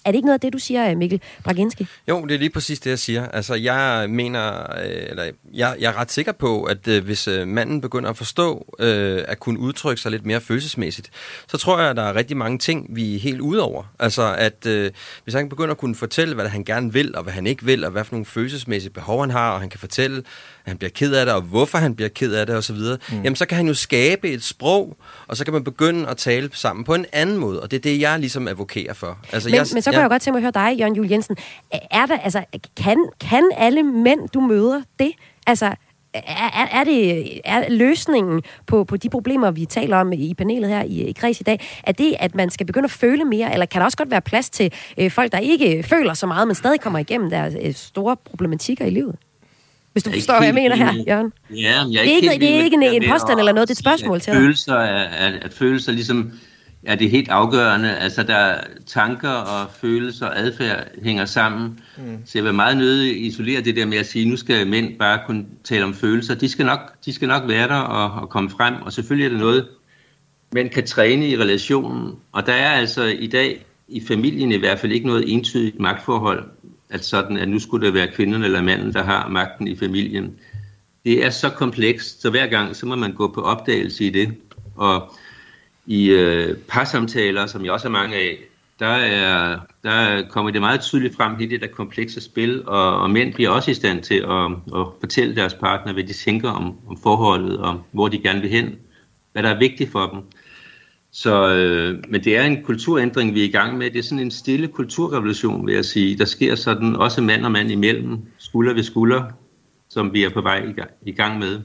Speaker 1: det ikke noget af det, du siger, Mikkel Braginski?
Speaker 3: Jo, det er lige præcis det, jeg siger. Altså, jeg mener, eller jeg, jeg er ret sikker på, at øh, hvis øh, manden begynder at forstå, øh, at kunne udtrykke sig lidt mere følelsesmæssigt, så tror jeg, at der er rigtig mange ting, vi er helt ude over. Altså, at øh, hvis han begynder at kunne fortælle, hvad han gerne vil, og hvad han ikke vil, og hvad for nogle følelsesmæssige behov han har, og han kan fortælle, at han bliver ked af det, og hvorfor han bliver ked af det, og så videre, mm. jamen, så kan han jo skabe et sprog, og så kan man begynde at tale sammen på en anden måde, og det er det, jeg ligesom advokerer for. Altså,
Speaker 1: men,
Speaker 3: jeg,
Speaker 1: men så kan
Speaker 3: jeg,
Speaker 1: jeg jo godt tænke mig at høre dig, Jørgen Juel Jensen. Er der, altså, kan, kan alle mænd, du møder, det? Altså, er, er det er løsningen på, på de problemer, vi taler om i panelet her i, i Kreds i dag, er det, at man skal begynde at føle mere, eller kan der også godt være plads til øh, folk, der ikke føler så meget, men stadig kommer igennem deres øh, store problematikker i livet? Hvis du forstår, hvad jeg mener her, Jørgen.
Speaker 4: Ja, jeg er
Speaker 1: det er ikke, det er ikke en, en påstand eller noget, det er et spørgsmål til dig.
Speaker 4: Følelser er, at, at følelser ligesom er det helt afgørende. Altså, der tanker og følelser og adfærd hænger sammen. Mm. Så jeg vil meget nødig isolere det der med at sige, nu skal mænd bare kunne tale om følelser. De skal nok, de skal nok være der og, og komme frem. Og selvfølgelig er det noget, man kan træne i relationen. Og der er altså i dag i familien i hvert fald ikke noget entydigt magtforhold. At sådan, at nu skulle det være kvinderne eller manden, der har magten i familien. Det er så komplekst, så hver gang, så må man gå på opdagelse i det. Og i øh, parsamtaler, som jeg også har mange af, der, er, der kommer det meget tydeligt frem, hele det der komplekse spil, og, og mænd bliver også i stand til at, at fortælle deres partner, hvad de tænker om, om forholdet, og hvor de gerne vil hen, hvad der er vigtigt for dem. Så, øh, men det er en kulturændring, vi er i gang med. Det er sådan en stille kulturrevolution, vil jeg sige. Der sker sådan også mand og mand imellem, skulder ved skulder, som vi er på vej i gang, i gang med.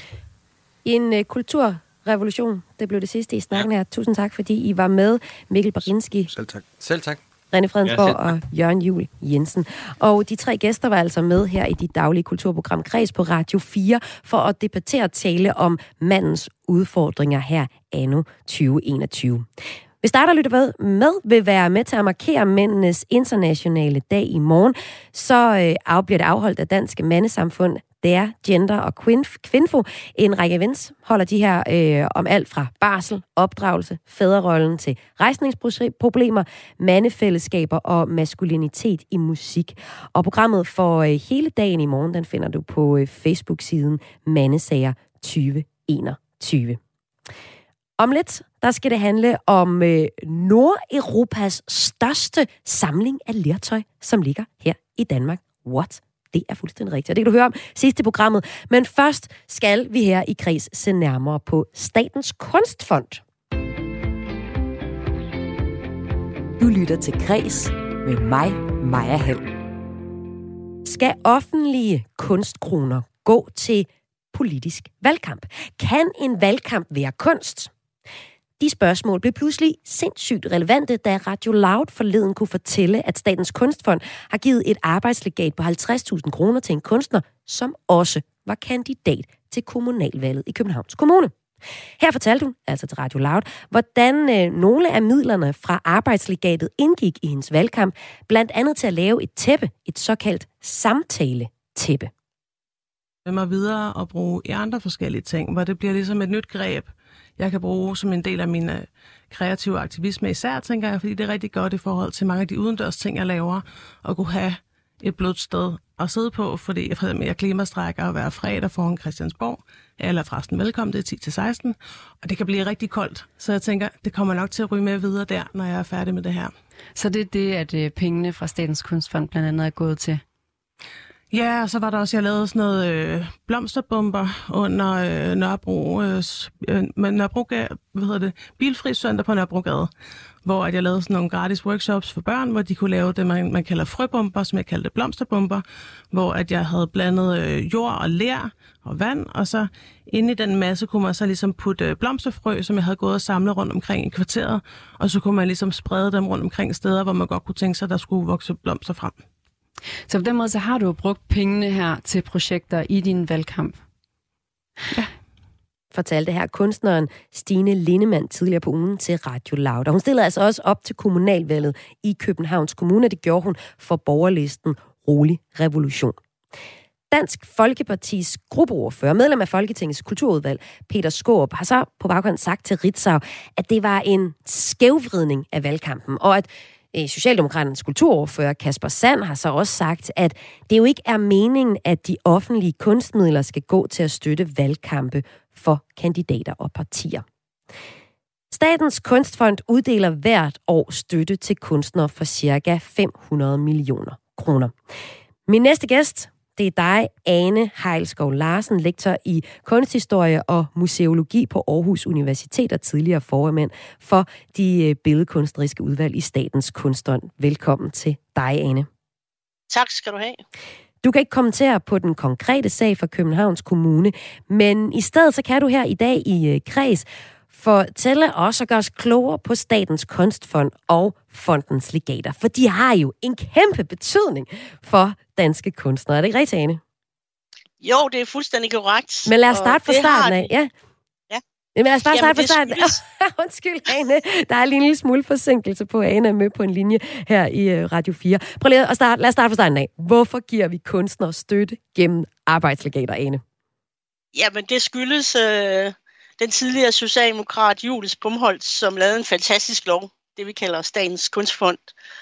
Speaker 1: En øh, kulturrevolution, det blev det sidste i snakken her. Tusind tak, fordi I var med, Mikkel Braginski.
Speaker 5: Selv tak.
Speaker 3: Selv tak.
Speaker 1: René Fredensborg ja, og Jørgen Juel Jensen. Og de tre gæster var altså med her i dit daglige kulturprogram Kreds på Radio fire for at debattere og tale om mandens udfordringer her anno tyve enogtyve. Hvis dig, der lytter med, vil være med til at markere mændenes internationale dag i morgen, så øh, bliver det afholdt af Dansk Mandesamfund, D R, Gender og Kvinfo. En række events holder de her øh, om alt fra barsel, opdragelse, fædrerollen til rejsningsproblemer, mandefællesskaber og maskulinitet i musik. Og programmet for øh, hele dagen i morgen, den finder du på øh, Facebook-siden Mandesager tyve enogtyve. Om lidt, der skal det handle om øh, Nordeuropas største samling af lertøj, som ligger her i Danmark. What? Det er fuldstændig rigtigt, og det kan du høre om sidst i programmet. Men først skal vi her i Kreds se nærmere på Statens Kunstfond. Du lytter til Kreds med mig, Maja Hall. Skal offentlige kunstkroner gå til politisk valgkamp? Kan en valgkamp være kunst? De spørgsmål blev pludselig sindssygt relevante, da Radio Loud forleden kunne fortælle, at Statens Kunstfond har givet et arbejdslegat på halvtreds tusind kroner til en kunstner, som også var kandidat til kommunalvalget i Københavns Kommune. Her fortalte hun, altså til Radio Loud, hvordan øh, nogle af midlerne fra arbejdslegatet indgik i hendes valgkamp, blandt andet til at lave et tæppe, et såkaldt samtale-tæppe.
Speaker 6: Med mig videre og bruge i andre forskellige ting, hvor det bliver ligesom et nyt greb, jeg kan bruge som en del af min kreative aktivisme især, tænker jeg, fordi det er rigtig godt i forhold til mange af de udendørs ting, jeg laver, at kunne have et blødt sted at sidde på, fordi for eksempel jeg klimastrækker hver fredag foran Christiansborg, eller forresten velkommen, det er ti til seksten, og det kan blive rigtig koldt, så jeg tænker, det kommer nok til at ryge med videre der, når jeg er færdig med det her.
Speaker 7: Så det er det, at øh, pengene fra Statens Kunstfond blandt andet er gået til?
Speaker 6: Ja, og så var der også, jeg lavede sådan noget øh, blomsterbomber under øh, Nørrebro, øh, Nørrebro, hvad hedder det, Bilfri Søndag på Nørrebrogade, hvor at jeg lavede sådan nogle gratis workshops for børn, hvor de kunne lave det, man, man kalder frøbomber, som jeg kaldte blomsterbomber, hvor at jeg havde blandet øh, jord og ler og vand, og så inde i den masse kunne man så ligesom putte blomsterfrø, som jeg havde gået og samlet rundt omkring i kvarteret, og så kunne man ligesom sprede dem rundt omkring steder, hvor man godt kunne tænke sig, at der skulle vokse blomster frem.
Speaker 7: Så på den måde, så har du brugt pengene her til projekter i din valgkamp?
Speaker 1: Ja. Fortalte her kunstneren Stine Lindemann tidligere på ugen til Radio Loud. Og hun stillede altså også op til kommunalvalget i Københavns Kommune. Det gjorde hun for borgerlisten Rolig Revolution. Dansk Folkepartis gruppeordfører, medlem af Folketingets kulturudvalg, Peter Skaarup, har så på baggrund sagt til Ritzau, at det var en skævvridning af valgkampen, og at Socialdemokraternes kulturordfører Kasper Sand har så også sagt, at det jo ikke er meningen, at de offentlige kunstmidler skal gå til at støtte valgkampe for kandidater og partier. Statens Kunstfond uddeler hvert år støtte til kunstnere for ca. fem hundrede millioner kroner. Min næste gæst, det er dig, Ane Heilskov Larsen, lektor i kunsthistorie og museologi på Aarhus Universitet og tidligere formand for de billedkunstneriske udvalg i Statens Kunstfond. Velkommen til dig, Ane.
Speaker 8: Tak skal du have.
Speaker 1: Du kan ikke kommentere på den konkrete sag fra Københavns Kommune, men i stedet så kan du her i dag i Kreds fortælle os og gøre os klogere på Statens Kunstfond og fondens legater, for de har jo en kæmpe betydning for danske kunstnere. Er det ikke rigtigt, Ane?
Speaker 8: Jo, det er fuldstændig korrekt.
Speaker 1: Men lad os starte fra starten af. Ja.
Speaker 8: Ja.
Speaker 1: Men lad os bare
Speaker 8: Jamen,
Speaker 1: starte fra starten af. Undskyld, Ane. Der er lige en lille smule forsinkelse på, at Ane er med på en linje her i Radio fire. Prøv lige at starte. Lad os starte fra starten af. Hvorfor giver vi kunstnere støtte gennem arbejdslegater, Ane?
Speaker 8: Jamen, det skyldes øh, den tidligere socialdemokrat Julius Bomholt, som lavede en fantastisk lov, det vi kalder Statens Kunstfond.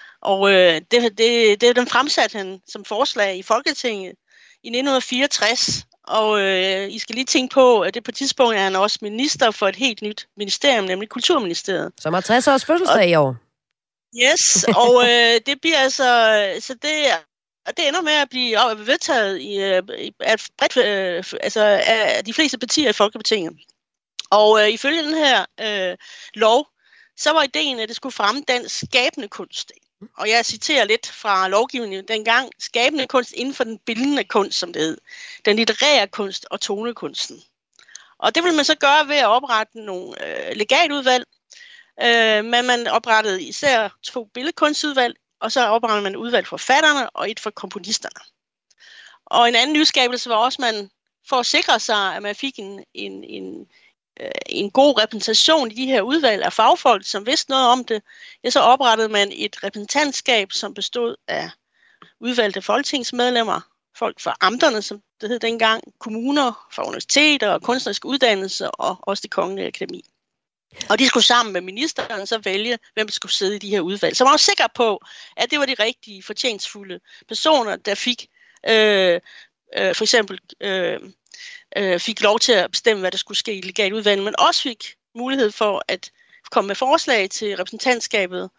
Speaker 8: Og øh, det, det, det den fremsatte han som forslag i Folketinget i nitten fireogtres. Og øh, I skal lige tænke på, at det på tidspunkt er han også minister for et helt nyt ministerium, nemlig Kulturministeriet.
Speaker 1: Som har tres års fødselsdag og, i år.
Speaker 8: Yes, og øh, det bliver altså, så det, og det ender med at blive vedtaget i, i, af, bredt, øh, altså af de fleste partier i Folketinget. Og øh, ifølge den her øh, lov, så var ideen, at det skulle fremme dansk skabende kunst. Og jeg citerer lidt fra lovgivningen dengang: skabende kunst inden for den bildende kunst, som det hed. Den litterære kunst og tonekunsten. Og det vil man så gøre ved at oprette nogle øh, legatudvalg. Øh, men man oprettede især to billedkunstudvalg, og så oprettede man et udvalg for forfatterne og et for komponisterne. Og en anden nyskabelse var også, man for at sikre sig, at man fik en, en, en en god repræsentation i de her udvalg af fagfolk, som vidste noget om det, ja, så oprettede man et repræsentantskab, som bestod af udvalgte folketingsmedlemmer, folk fra amterne, som det hed dengang, kommuner, fra universiteter og kunstneriske uddannelser og også det kongelige akademi. Og de skulle sammen med ministeren så vælge, hvem skulle sidde i de her udvalg. Så man var sikker på, at det var de rigtige, fortjenstfulde personer, der fik øh, øh, for eksempel øh, øh, fik lov til at bestemme, hvad der skulle ske i legat udvalg, men også fik mulighed for at komme med forslag til repræsentantskabet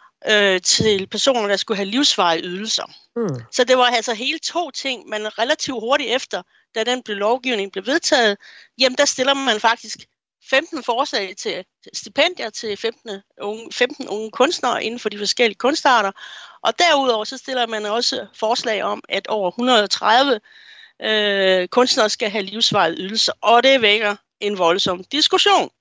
Speaker 8: øh, til personer, der skulle have livsvarige ydelser. Mm. Så det var altså hele to ting, men relativt hurtigt efter, da den blev lovgivning blev vedtaget, jamen der stiller man faktisk femten forslag til stipendier til femten unge, femten unge kunstnere inden for de forskellige kunstarter. Og derudover så stiller man også forslag om, at over et hundrede og tredive øh, kunstnere skal have livsvarige ydelser. Og det vækker en voldsom diskussion.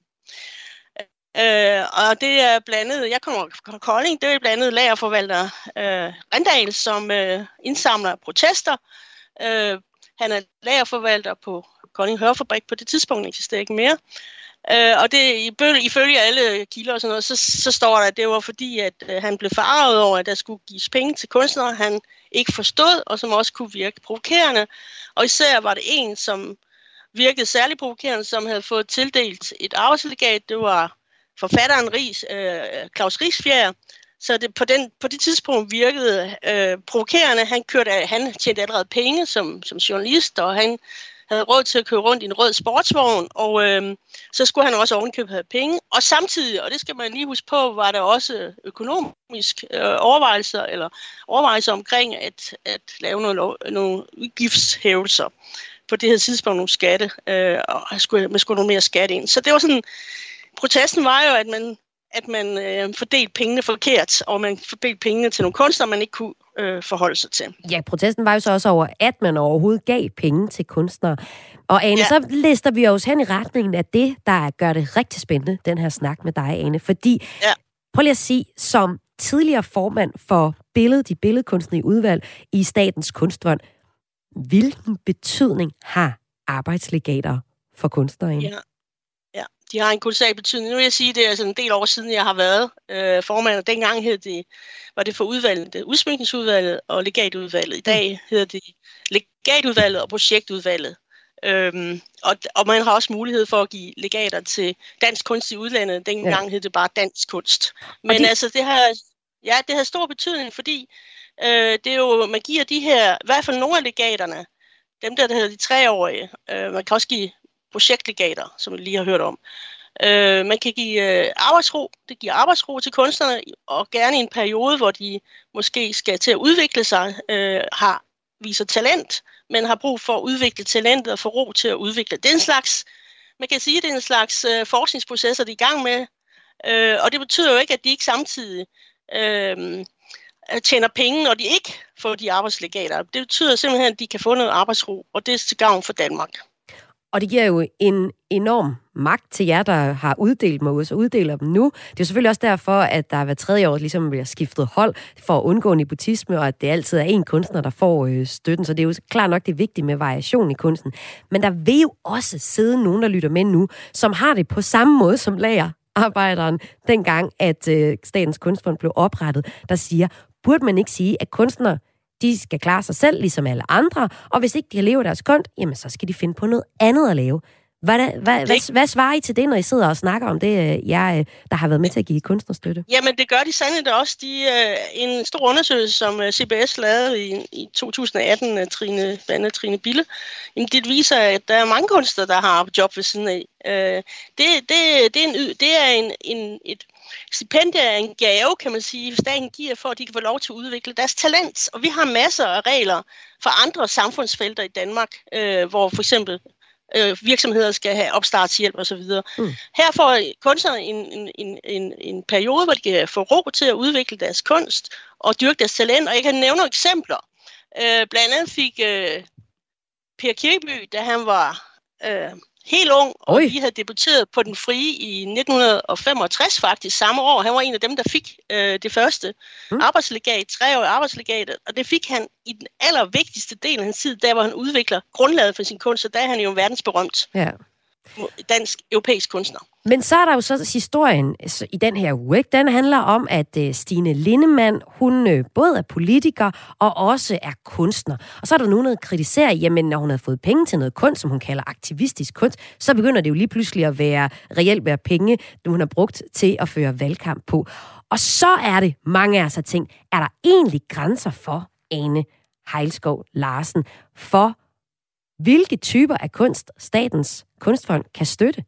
Speaker 8: Øh, og det er blandet, jeg kommer fra Kolding, det er blandet lagerforvalter øh, Rendal, som øh, indsamler protester. Øh, han er lagerforvalter på Kolding Hørfabrik, på det tidspunkt eksisterer ikke mere. Uh, og det ifølge alle kilder og sådan noget, så, så står der, at det var fordi, at uh, han blev farvet over, at der skulle gives penge til kunstnere, han ikke forstod, og som også kunne virke provokerende. Og især var det en, som virkede særlig provokerende, som havde fået tildelt et arbejdslegat. Det var forfatteren Ries, uh, Claus Riisfjær. Så det, på, den, på det tidspunkt virkede uh, provokerende. Han, kørte, han tjente allerede penge som, som journalist, og han havde råd til at køre rundt i en rød sportsvogn, og øh, så skulle han også ovenkøbet have penge. Og samtidig, og det skal man lige huske på, var der også økonomisk øh, overvejelser, eller overvejelser omkring at, at lave nogle, lov, nogle udgiftshævelser på det her tidspunkt, nogle skatte, øh, og skulle, man skulle nogle mere skat ind. Så det var sådan, protesten var jo, at man, at man øh, fordelte pengene forkert, og man fordelte pengene til nogle kunstnere, man ikke kunne øh, forholde sig til.
Speaker 1: Ja, protesten var jo så også over, at man overhovedet gav penge til kunstnere. Og Ane, ja. Så lister vi os hen i retningen af det, der gør det rigtig spændende, den her snak med dig, Ane. Fordi, ja. Prøv lige at sige, som tidligere formand for billed, de billedkunstnerige udvalg i Statens Kunstfond, hvilken betydning har arbejdslegater for kunstnere, Ane?
Speaker 8: Ja. Ja, de har en kolossal betydning. Nu vil jeg sige, det er altså en del år siden, jeg har været øh, formand, og dengang hed det, var det for udvalget, det udsmykningsudvalget og legatudvalget. I dag hedder det legatudvalget og projektudvalget. Øhm, og, og man har også mulighed for at give legater til dansk kunst i udlandet. Dengang ja. hed det bare dansk kunst. Men de... altså, det her, Ja, det havde stor betydning, fordi øh, det er jo, man giver de her, i hvert fald nogle af legaterne, dem der, der hedder de treårige, øh, man kan også give projektlegater, som vi lige har hørt om. Øh, man kan give øh, arbejdsro, det giver arbejdsro til kunstnerne, og gerne i en periode, hvor de måske skal til at udvikle sig, øh, har viser talent, men har brug for at udvikle talentet og få ro til at udvikle. Det er en slags, man kan sige, det er en slags øh, forskningsprocesser, de er i gang med, øh, og det betyder jo ikke, at de ikke samtidig øh, tjener penge, når de ikke får de arbejdslegater. Det betyder simpelthen, at de kan få noget arbejdsro, og det er til gavn for Danmark.
Speaker 1: Og det giver jo en enorm magt til jer, der har uddelt dem, og uddeler dem nu. Det er jo selvfølgelig også derfor, at der hver tredje år ligesom bliver skiftet hold for at undgå nepotisme, og at det altid er en kunstner, der får øh, støtten. Så det er jo klart nok, det er vigtigt med variation i kunsten. Men der vil jo også sidde nogen, der lytter med nu, som har det på samme måde som lagerarbejderen, dengang at øh, Statens Kunstfond blev oprettet, der siger, burde man ikke sige, at kunstnere de skal klare sig selv, ligesom alle andre, og hvis ikke de kan leve deres kunst, jamen så skal de finde på noget andet at lave. Hvad, hvad, hvad, hvad svarer I til det, når I sidder og snakker om det, jeg, der har været med til at give kunstnerstøtte?
Speaker 8: Jamen, det gør de sandelig også. De, uh, en stor undersøgelse, som C B S lavede i, i to tusind atten af Trine, Banne, Trine Bille, jamen, det viser, at der er mange kunstnere, der har job ved siden af. Uh, det, det, det er, en, det er en, en, et stipendie er en gave, kan man sige, staten giver for, at de kan få lov til at udvikle deres talent. Og vi har masser af regler for andre samfundsfelter i Danmark, uh, hvor for eksempel Øh, virksomheder skal have opstartshjælp og så videre. Mm. Her får kunstnerne en, en, en, en periode, hvor de kan få ro til at udvikle deres kunst og dyrke deres talent, og jeg kan nævne nogle eksempler. Øh, blandt andet fik øh, Per Kirkeby, da han var øh, helt ung, og Oi. vi havde debuteret på Den Frie i nitten femogtres faktisk, samme år. Han var en af dem, der fik øh, det første mm. arbejdslegat, treårige arbejdslegat, og det fik han i den allervigtigste del af hans tid, der hvor han udvikler grundlaget for sin kunst, og der er han jo verdensberømt. Ja. Dansk-europæisk kunstner.
Speaker 1: Men så er der jo så historien i den her uge, ikke? Den handler om, at Stine Linnemann, hun både er politiker og også er kunstner. Og så er der nogen, der kritiserer, jamen når hun har fået penge til noget kunst, som hun kalder aktivistisk kunst, så begynder det jo lige pludselig at være reelt være penge, hun har brugt til at føre valgkamp på. Og så er det mange af os har tænkt, er der egentlig grænser for, Ane Heilskov Larsen, for hvilke typer af kunst Statens Kunstfond kan støtte?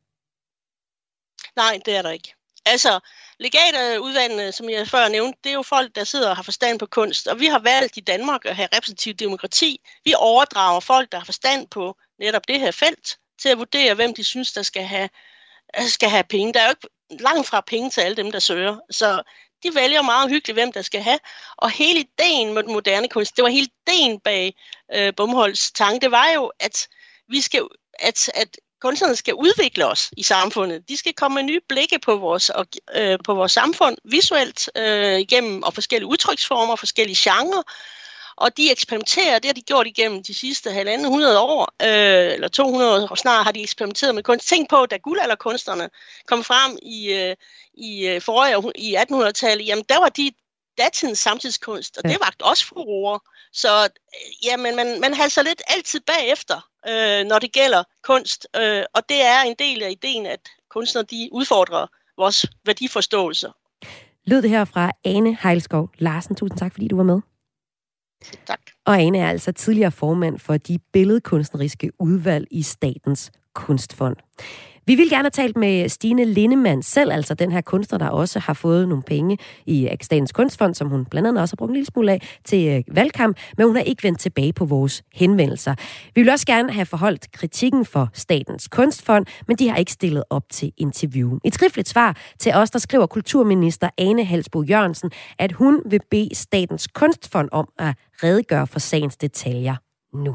Speaker 8: Nej, det er der ikke. Altså, legatudvalgene, som jeg før nævnte, det er jo folk, der sidder og har forstand på kunst. Og vi har valgt i Danmark at have repræsentativ demokrati. Vi overdrager folk, der har forstand på netop det her felt, til at vurdere, hvem de synes, der skal have, skal have penge. Der er jo ikke langt fra penge til alle dem, der søger. Så de vælger meget hyggeligt, hvem der skal have. Og hele ideen med den moderne kunst, det var hele ideen bag øh, Bomholts tanke, det var jo, at vi skal, at, at kunstnerne skal udvikle os i samfundet. De skal komme med nye blikke på vores, øh, på vores samfund, visuelt øh, igennem, og forskellige udtryksformer, forskellige genrer. Og de eksperimenterer, det har de gjort igennem de sidste halvanden hundrede år, øh, eller to hundrede år snart, har de eksperimenteret med kunst. Tænk på, da guldalderkunstnerne kom frem i, øh, i forrige i attenhundredetallet, jamen der var de datidens samtidskunst, og det vagte også furore. Så jamen, man, man halser lidt altid bagefter, øh, når det gælder kunst, øh, og det er en del af ideen, at kunstnere de udfordrer vores værdiforståelse.
Speaker 1: Lød det her fra Ane Heilskov Larsen. Tusind tak, fordi du var med.
Speaker 8: Tak.
Speaker 1: Og Ane er altså tidligere formand for de billedkunstneriske udvalg i Statens Kunstfond. Vi vil gerne have talt med Stine Linnemann selv, altså den her kunstner, der også har fået nogle penge i Statens Kunstfond, som hun blandt andet også har brugt en lille smule af til valgkamp, men hun har ikke vendt tilbage på vores henvendelser. Vi vil også gerne have forholdt kritikken for Statens Kunstfond, men de har ikke stillet op til interview. Et skriftligt svar til os, der skriver kulturminister Ane Halsboe Jørgensen, at hun vil bede Statens Kunstfond om at redegøre for sagens detaljer nu.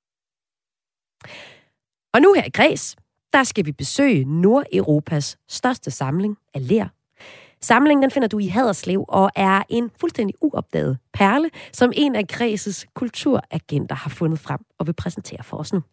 Speaker 1: Og nu her i Græs, der skal vi besøge Nordeuropas største samling af ler. Samlingen den finder du i Haderslev og er en fuldstændig uopdaget perle, som en af Græs' kulturagenter har fundet frem og vil præsentere for os nu.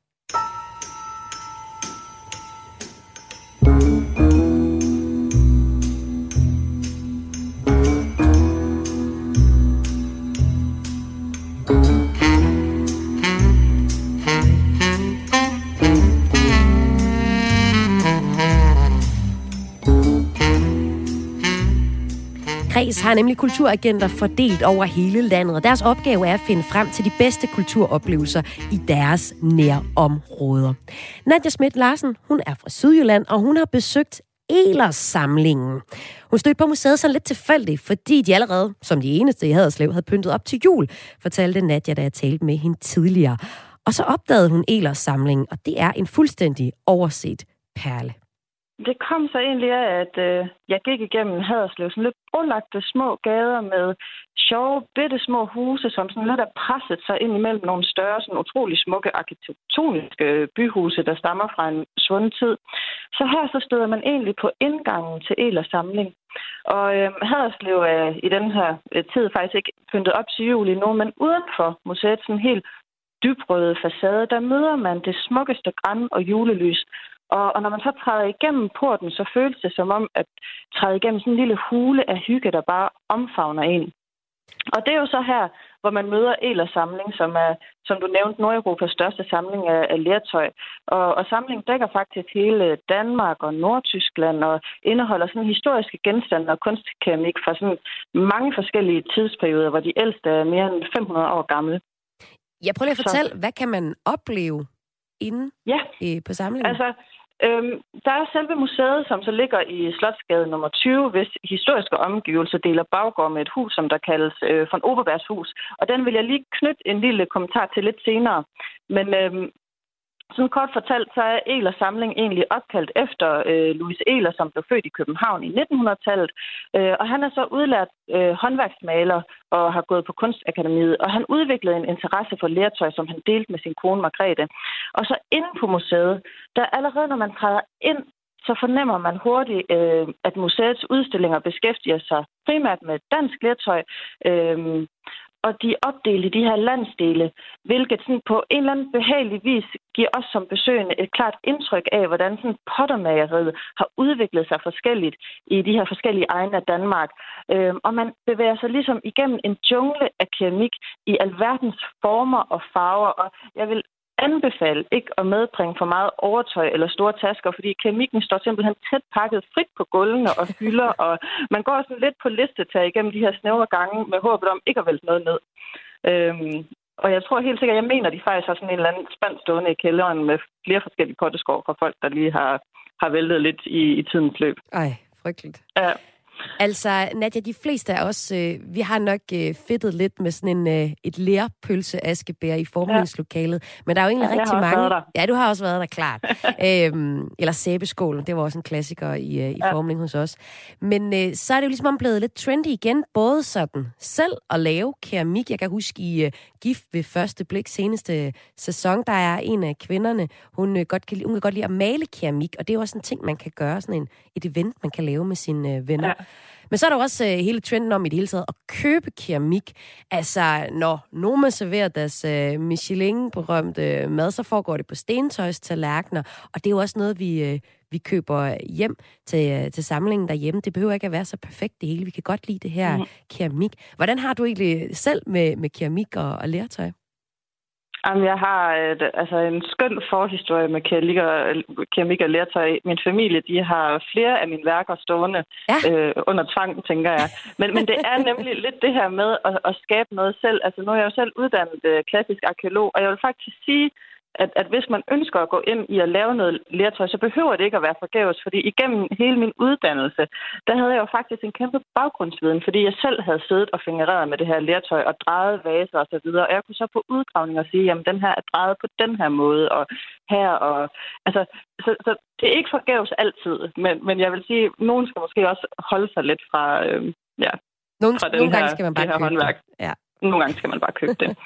Speaker 1: Græs Kreds har nemlig kulturagenter fordelt over hele landet, og deres opgave er at finde frem til de bedste kulturoplevelser i deres nærområder. Nadia Schmidt Larsen, hun er fra Sydjylland, og hun har besøgt Ehlers-samlingen. Hun stødte på museet sådan lidt tilfældigt, fordi de allerede, som de eneste i Haderslev, havde pyntet op til jul, fortalte Nadia, da jeg talte med hende tidligere. Og så opdagede hun Ehlers-samlingen, og det er en fuldstændig overset perle.
Speaker 9: Det kom så egentlig af, at øh, jeg gik igennem Haderslev, sådan lidt brolagte små gader med sjove, bitte små huse, som sådan lidt er presset sig ind imellem nogle større, sådan utrolig smukke arkitektoniske byhuse, der stammer fra en svunden tid. Så her så støder man egentlig på indgangen til Ehlers samling. Og øh, Haderslev er i den her øh, tid faktisk ikke pyntet op til jul endnu, men uden for museet, sådan helt dybrøde facade, der møder man det smukkeste gran og julelys. Og, og når man så træder igennem porten, så føles det som om at træde igennem sådan en lille hule af hygge, der bare omfavner en. Og det er jo så her, hvor man møder Ehlers samling, som er, som du nævnte, Nordeuropas største samling af, af lertøj. Og, og samlingen dækker faktisk hele Danmark og Nordtyskland og indeholder sådan historiske genstande og kunstkeramik fra sådan mange forskellige tidsperioder, hvor de ældste er mere end fem hundrede år gamle.
Speaker 1: Jeg prøver lige at fortælle, så hvad kan man opleve inde
Speaker 9: ja.
Speaker 1: øh, på samlingen?
Speaker 9: Altså, øhm, der er selve museet, som så ligger i Slotsgade nummer tyve, hvis historiske omgivelser deler baggård med et hus, som der kaldes øh, von Oberbergs hus. Og den vil jeg lige knytte en lille kommentar til lidt senere. Men øhm, sådan kort fortalt, så er Ehlers samling egentlig opkaldt efter øh, Louis Ehlers, som blev født i København i nitten hundrede-tallet. Øh, og han er så udlært øh, håndværksmaler og har gået på Kunstakademiet. Og han udviklede en interesse for lertøj, som han delte med sin kone Margrethe. Og så inde på museet, der allerede når man træder ind, så fornemmer man hurtigt, øh, at museets udstillinger beskæftiger sig primært med dansk lertøj. Øh, Og de er opdelt i de her landsdele, hvilket sådan på en eller anden behagelig vis giver os som besøgende et klart indtryk af, hvordan sådan pottermageriet har udviklet sig forskelligt i de her forskellige egne af Danmark. Øh, og man bevæger sig ligesom igennem en jungle af keramik i alverdens former og farver. Og jeg vil anbefale ikke at medbringe for meget overtøj eller store tasker, fordi keramikken står simpelthen tæt pakket frit på gulvene og hylder, og man går sådan lidt på listetag igennem de her snævre gange med håbet om ikke at vælte noget ned. Øhm, og jeg tror helt sikkert, jeg mener, de faktisk har sådan en eller anden spand stående i kælderen med flere forskellige potteskår fra folk, der lige har, har væltet lidt i, i tidens løb.
Speaker 1: Ej, frygteligt.
Speaker 9: Ja.
Speaker 1: Altså, Nadia, de fleste af os, øh, vi har nok øh, fedtet lidt med sådan en, øh, et lerpølse-askebær i formningslokalet, ja. Men der er jo egentlig
Speaker 9: ja,
Speaker 1: rigtig mange...
Speaker 9: Ja,
Speaker 1: du har også været der, klart. øhm, eller sæbeskålen, det var også en klassiker i, øh, i ja. formning hos os. Men øh, så er det jo ligesom blevet lidt trendy igen, både sådan selv at lave keramik. Jeg kan huske i øh, Gift ved første blik seneste sæson, der er en af kvinderne, hun, øh, godt kan, hun kan godt lide at male keramik, og det er jo også en ting, man kan gøre, sådan en, et event, man kan lave med sine øh, venner. Ja. Men så er der også øh, hele trenden om i det hele taget at købe keramik. Altså, når Noma serverer deres øh, Michelin-berømte øh, mad, så foregår det på stentøjstallerkener. Og det er jo også noget, vi, øh, vi køber hjem til, øh, til samlingen derhjemme. Det behøver ikke at være så perfekt det hele. Vi kan godt lide det her mm. keramik. Hvordan har du egentlig selv med, med keramik og, og lertøj?
Speaker 9: Jamen, jeg har et, altså en skøn forhistorie med keramik og, keramik og lertøj. Min familie, de har flere af mine værker stående ja. øh, under tvang, tænker jeg. Men, men det er nemlig lidt det her med at, at skabe noget selv. Altså, nu er jeg jo selv uddannet øh, klassisk arkeolog, og jeg vil faktisk sige, at, at hvis man ønsker at gå ind i at lave noget lertøj, så behøver det ikke at være forgæves, fordi igennem hele min uddannelse, der havde jeg jo faktisk en kæmpe baggrundsviden, fordi jeg selv havde siddet og fingereret med det her lertøj og drejet vaser og så videre, og jeg kunne så på udgravninger sige, jamen den her er drejet på den her måde, og her, og altså, så, så det er ikke forgæves altid, men, men jeg vil sige, nogen skal måske også holde sig lidt fra, øh, ja,
Speaker 1: nogle,
Speaker 9: fra den
Speaker 1: nogle
Speaker 9: her,
Speaker 1: gange skal man bare
Speaker 9: det her
Speaker 1: købe
Speaker 9: håndværk.
Speaker 1: Det. Ja.
Speaker 9: Nogle gange skal man bare købe det.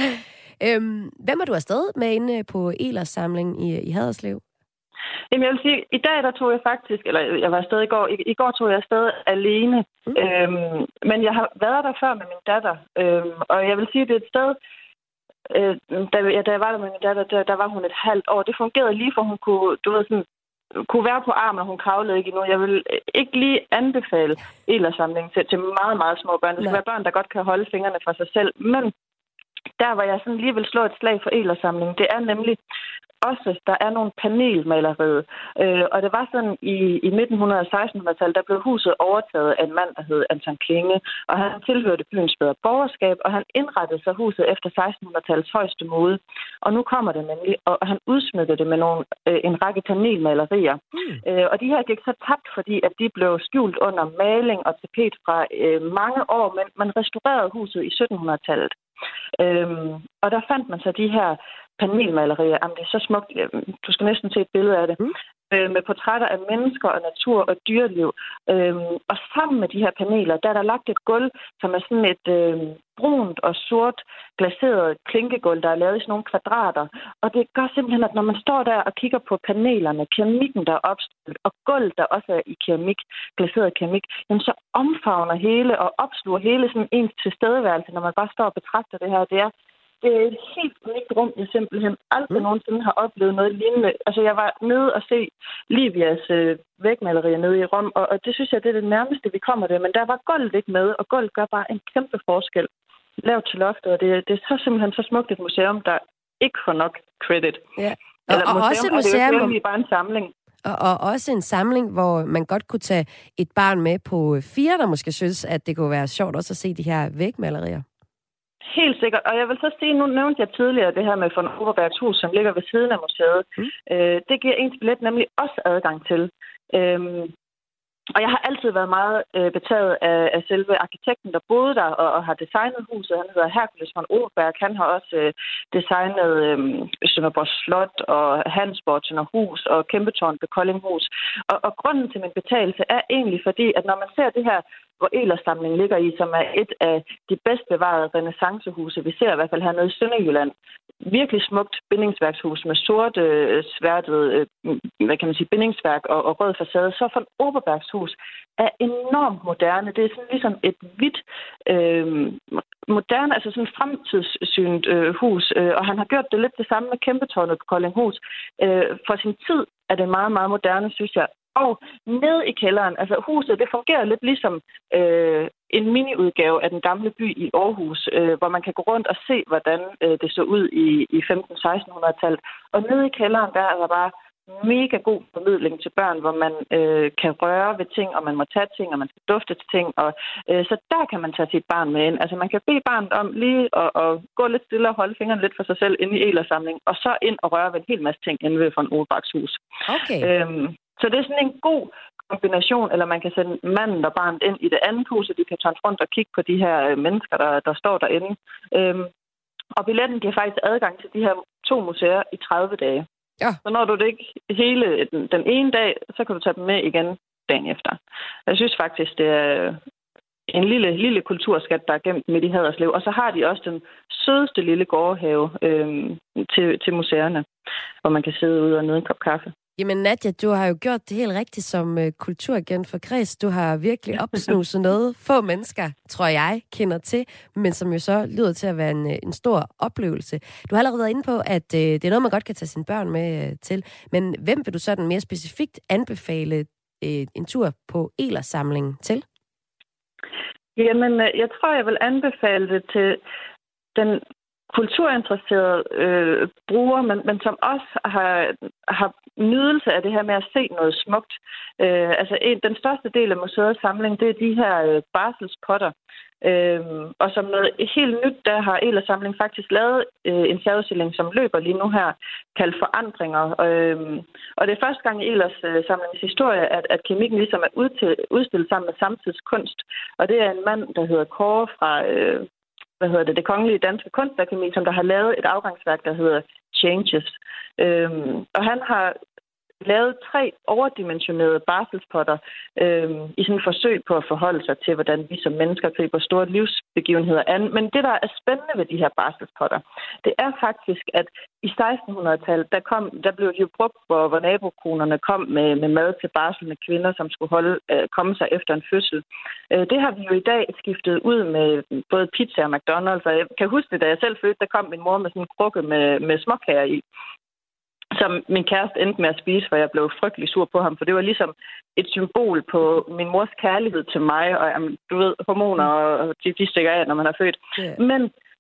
Speaker 1: Øhm, hvem er du afsted med inde på Ehlers samling i, i Haderslev?
Speaker 9: Jamen, jeg vil sige, i dag der tog jeg faktisk, eller jeg var afsted i går, i, i går tog jeg afsted alene. Mm. Øhm, men jeg har været der før med min datter, øhm, og jeg vil sige, det er et sted, øh, da, ja, da jeg var der med min datter, der, der var hun et halvt år. Det fungerede lige, for hun kunne, du ved, sådan, kunne være på armen, og hun kravlede ikke endnu. Jeg vil ikke lige anbefale Ehlers samling til, til meget, meget små børn. Det skal være børn, der godt kan holde fingrene for sig selv, men der, hvor jeg sådan lige vil slå et slag for Ehlers samling, det er nemlig, også, der er nogle panelmalerier. Øh, og det var sådan, i, i nitten hundrede og sekstenhundredetallet, der blev huset overtaget af en mand, der hed Anton Klinge, og han tilhørte byens bedre borgerskab, og han indrettede sig huset efter sekstenhundredetallets højeste mode. Og nu kommer det nemlig, og han udsmykkede det med nogle, øh, en række panelmalerier. Mm. Øh, og de her gik så tabt, fordi at de blev skjult under maling og tapet fra øh, mange år, men man restaurerede huset i syttenhundredetallet. Øhm, og der fandt man så de her panelmalerier. Jamen, det er så smukt. Du skal næsten se et billede af det. Mm. Øh, med portrætter af mennesker og natur og dyreliv. Øhm, og sammen med de her paneler, der er der lagt et gulv, som er sådan et øh, brunt og sort glaseret klinkegulv, der er lavet i sådan nogle kvadrater. Og det gør simpelthen, at når man står der og kigger på panelerne, keramikken, der er opstillet, og gulv, der også er i keramik, glaseret keramik, jamen så omfavner hele og opsluger hele sådan ens tilstedeværelse, når man bare står og betragter det her. Det er Det er et helt unikt rum, jeg simpelthen aldrig mm. nogensinde har oplevet noget lignende. Altså, jeg var nede og se Livias øh, vægmalerier nede i Rom, og, og det synes jeg, det er det nærmeste, vi kommer det. Men der var gulv ikke med, og gulv gør bare en kæmpe forskel. Lavt til loftet, og det, det er så simpelthen så smukt et museum, der ikke får nok credit.
Speaker 1: Ja. Og,
Speaker 9: Eller
Speaker 1: og
Speaker 9: museum,
Speaker 1: også et
Speaker 9: og
Speaker 1: museum,
Speaker 9: det er jo bare en samling.
Speaker 1: Og, og også en samling, hvor man godt kunne tage et barn med på fire, der måske synes, at det kunne være sjovt også at se de her vægmalerier.
Speaker 9: Helt sikkert. Og jeg vil så sige, nu nævnte jeg tidligere det her med von Oberbergs hus, som ligger ved siden af museet. Mm. Øh, det giver ens billet nemlig også adgang til. Øhm, og jeg har altid været meget øh, betaget af, af selve arkitekten, der boede der og, og har designet huset. Han hedder Hercules von Oberberg. Han har også øh, designet øh, Sønderborg Slot og Hansborg Hus og Kæmpetårn ved Koldinghus. Og, og grunden til min betalelse er egentlig fordi, at når man ser det her, hvor Ehlers-samlingen ligger i, som er et af de bedst bevarede renæssancehuse, vi ser i hvert fald hernede i Sønderjylland. Virkelig smukt bindingsværkshus med sort øh, sværtet, øh, hvad kan man sige, bindingsværk og, og rød facade. Så von Oberbergs hus er enormt moderne. Det er sådan ligesom et hvidt, øh, moderne, altså sådan fremtidssynet øh, hus. Øh, og han har gjort det lidt det samme med Kæmpetårnet på Koldinghus. Øh, for sin tid er det meget, meget moderne, synes jeg. Og nede i kælderen, altså huset, det fungerer lidt ligesom øh, en mini-udgave af den gamle by i Aarhus, øh, hvor man kan gå rundt og se, hvordan øh, det så ud i, i femten-sekstenhundredetallet. Og nede i kælderen, der er der bare mega god formidling til børn, hvor man øh, kan røre ved ting, og man må tage ting, og man skal dufte til ting. Og, øh, så der kan man tage sit barn med ind. Altså man kan bede barnet om lige at, at gå lidt stille og holde fingrene lidt for sig selv inde i Ehlers-samlingen, og så ind og røre ved en hel masse ting inde ved von Oberbergs hus.
Speaker 1: Okay.
Speaker 9: Øhm, Så det er sådan en god kombination, eller man kan sende manden og barnet ind i det andet hus, og de kan tage rundt og kigge på de her mennesker, der, der står derinde. Øhm, og billetten giver faktisk adgang til de her to museer i tredive dage.
Speaker 1: Ja.
Speaker 9: Så når du det ikke hele den, den ene dag, så kan du tage dem med igen dagen efter. Jeg synes faktisk, det er en lille, lille kulturskat, der er gemt midt i Haderslev. Og så har de også den sødeste lille gårdhave øhm, til, til museerne, hvor man kan sidde ude og nyde en kop kaffe.
Speaker 1: Jamen Nadia, du har jo gjort det helt rigtigt som uh, kulturagent for Kreds. Du har virkelig opsnuset noget, få mennesker, tror jeg, kender til, men som jo så lyder til at være en, en stor oplevelse. Du har allerede været inde på, at uh, det er noget, man godt kan tage sine børn med uh, til. Men hvem vil du sådan mere specifikt anbefale uh, en tur på Ehlers-samlingen til?
Speaker 9: Jamen, jeg tror, jeg vil anbefale det til den kulturinteresserede øh, bruger, men, men som også har, har nydelse af det her med at se noget smukt. Øh, altså en, den største del af museets samling, det er de her øh, barselspotter. Øh, og som noget helt nyt, der har Ehlers-samling faktisk lavet øh, en særudstilling, som løber lige nu her, kaldt Forandringer. Øh, og det er første gang i Ehlers-samlingens historie, at, at keramikken ligesom er ud til, udstillet sammen med samtidskunst. Og det er en mand, der hedder Kåre fra Øh, hvad hedder det, det kongelige danske kunstakademi, som der har lavet et afgangsværk, der hedder Changes. Øhm, og han har lavet tre overdimensionerede barselspotter øhm, i sådan et forsøg på at forholde sig til, hvordan vi som mennesker griber store livsbegivenheder an. Men det, der er spændende ved de her barselspotter, det er faktisk, at i sekstenhundredetallet, der, kom, der blev de jo brugt, hvor, hvor nabokonerne kom med, med mad til barslende kvinder, som skulle holde, øh, komme sig efter en fødsel. Øh, det har vi jo i dag skiftet ud med både pizza og McDonald's. Og jeg kan huske det, da jeg selv fødte, der kom min mor med sådan en krukke med, med småkager i, som min kæreste endte med at spise, for jeg blev frygtelig sur på ham, for det var ligesom et symbol på min mors kærlighed til mig, og jamen, du ved, hormoner, og de, de stikker af, når man har født. Yeah. Men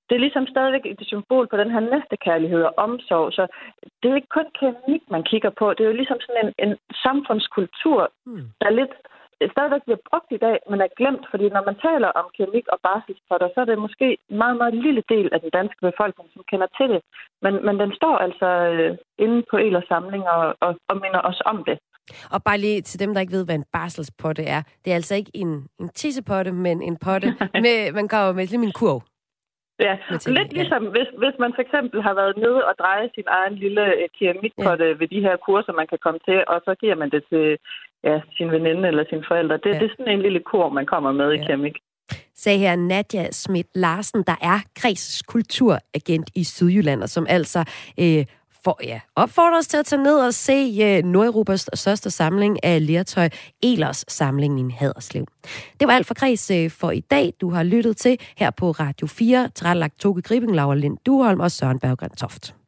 Speaker 9: det er ligesom stadigvæk et symbol på den her næstekærlighed og omsorg. Så det er ikke kun keramik, man kigger på. Det er jo ligesom sådan en, en samfundskultur, mm. der lidt stadigvæk bliver brugt i dag, men er glemt. Fordi når man taler om keramik og barselspotter, så er det måske en meget, meget lille del af den danske befolkning, som kender til det. Men, men den står altså øh, inde på Ehlers samling og, og, og minder os om det.
Speaker 1: Og bare lige til dem, der ikke ved, hvad en barselspotte er. Det er altså ikke en, en tissepotte, men en potte, med, man kommer med lidt en kurv.
Speaker 9: Ja, lidt ligesom hvis, hvis man for eksempel har været nede og dreje sin egen lille keramikpotte ja. ved de her kurser, man kan komme til, og så giver man det til ja, sin veninde eller sine forældre. Det, ja. det er sådan en lille kur, man kommer med ja. i keramik.
Speaker 1: Sagde her Nadia Schmidt Larsen, der er Kreds kulturagent i Sydjylland, og som altså øh, for, ja, opfordrer os til at tage ned og se øh, Nordeuropas største samling af lertøj, Ehlers samling i Haderslev. Det var alt for Kreds øh, for i dag. Du har lyttet til her på Radio fire, tilrettelagt Toge Gripping, Laura Lind Duholm og Søren Berggren Toft.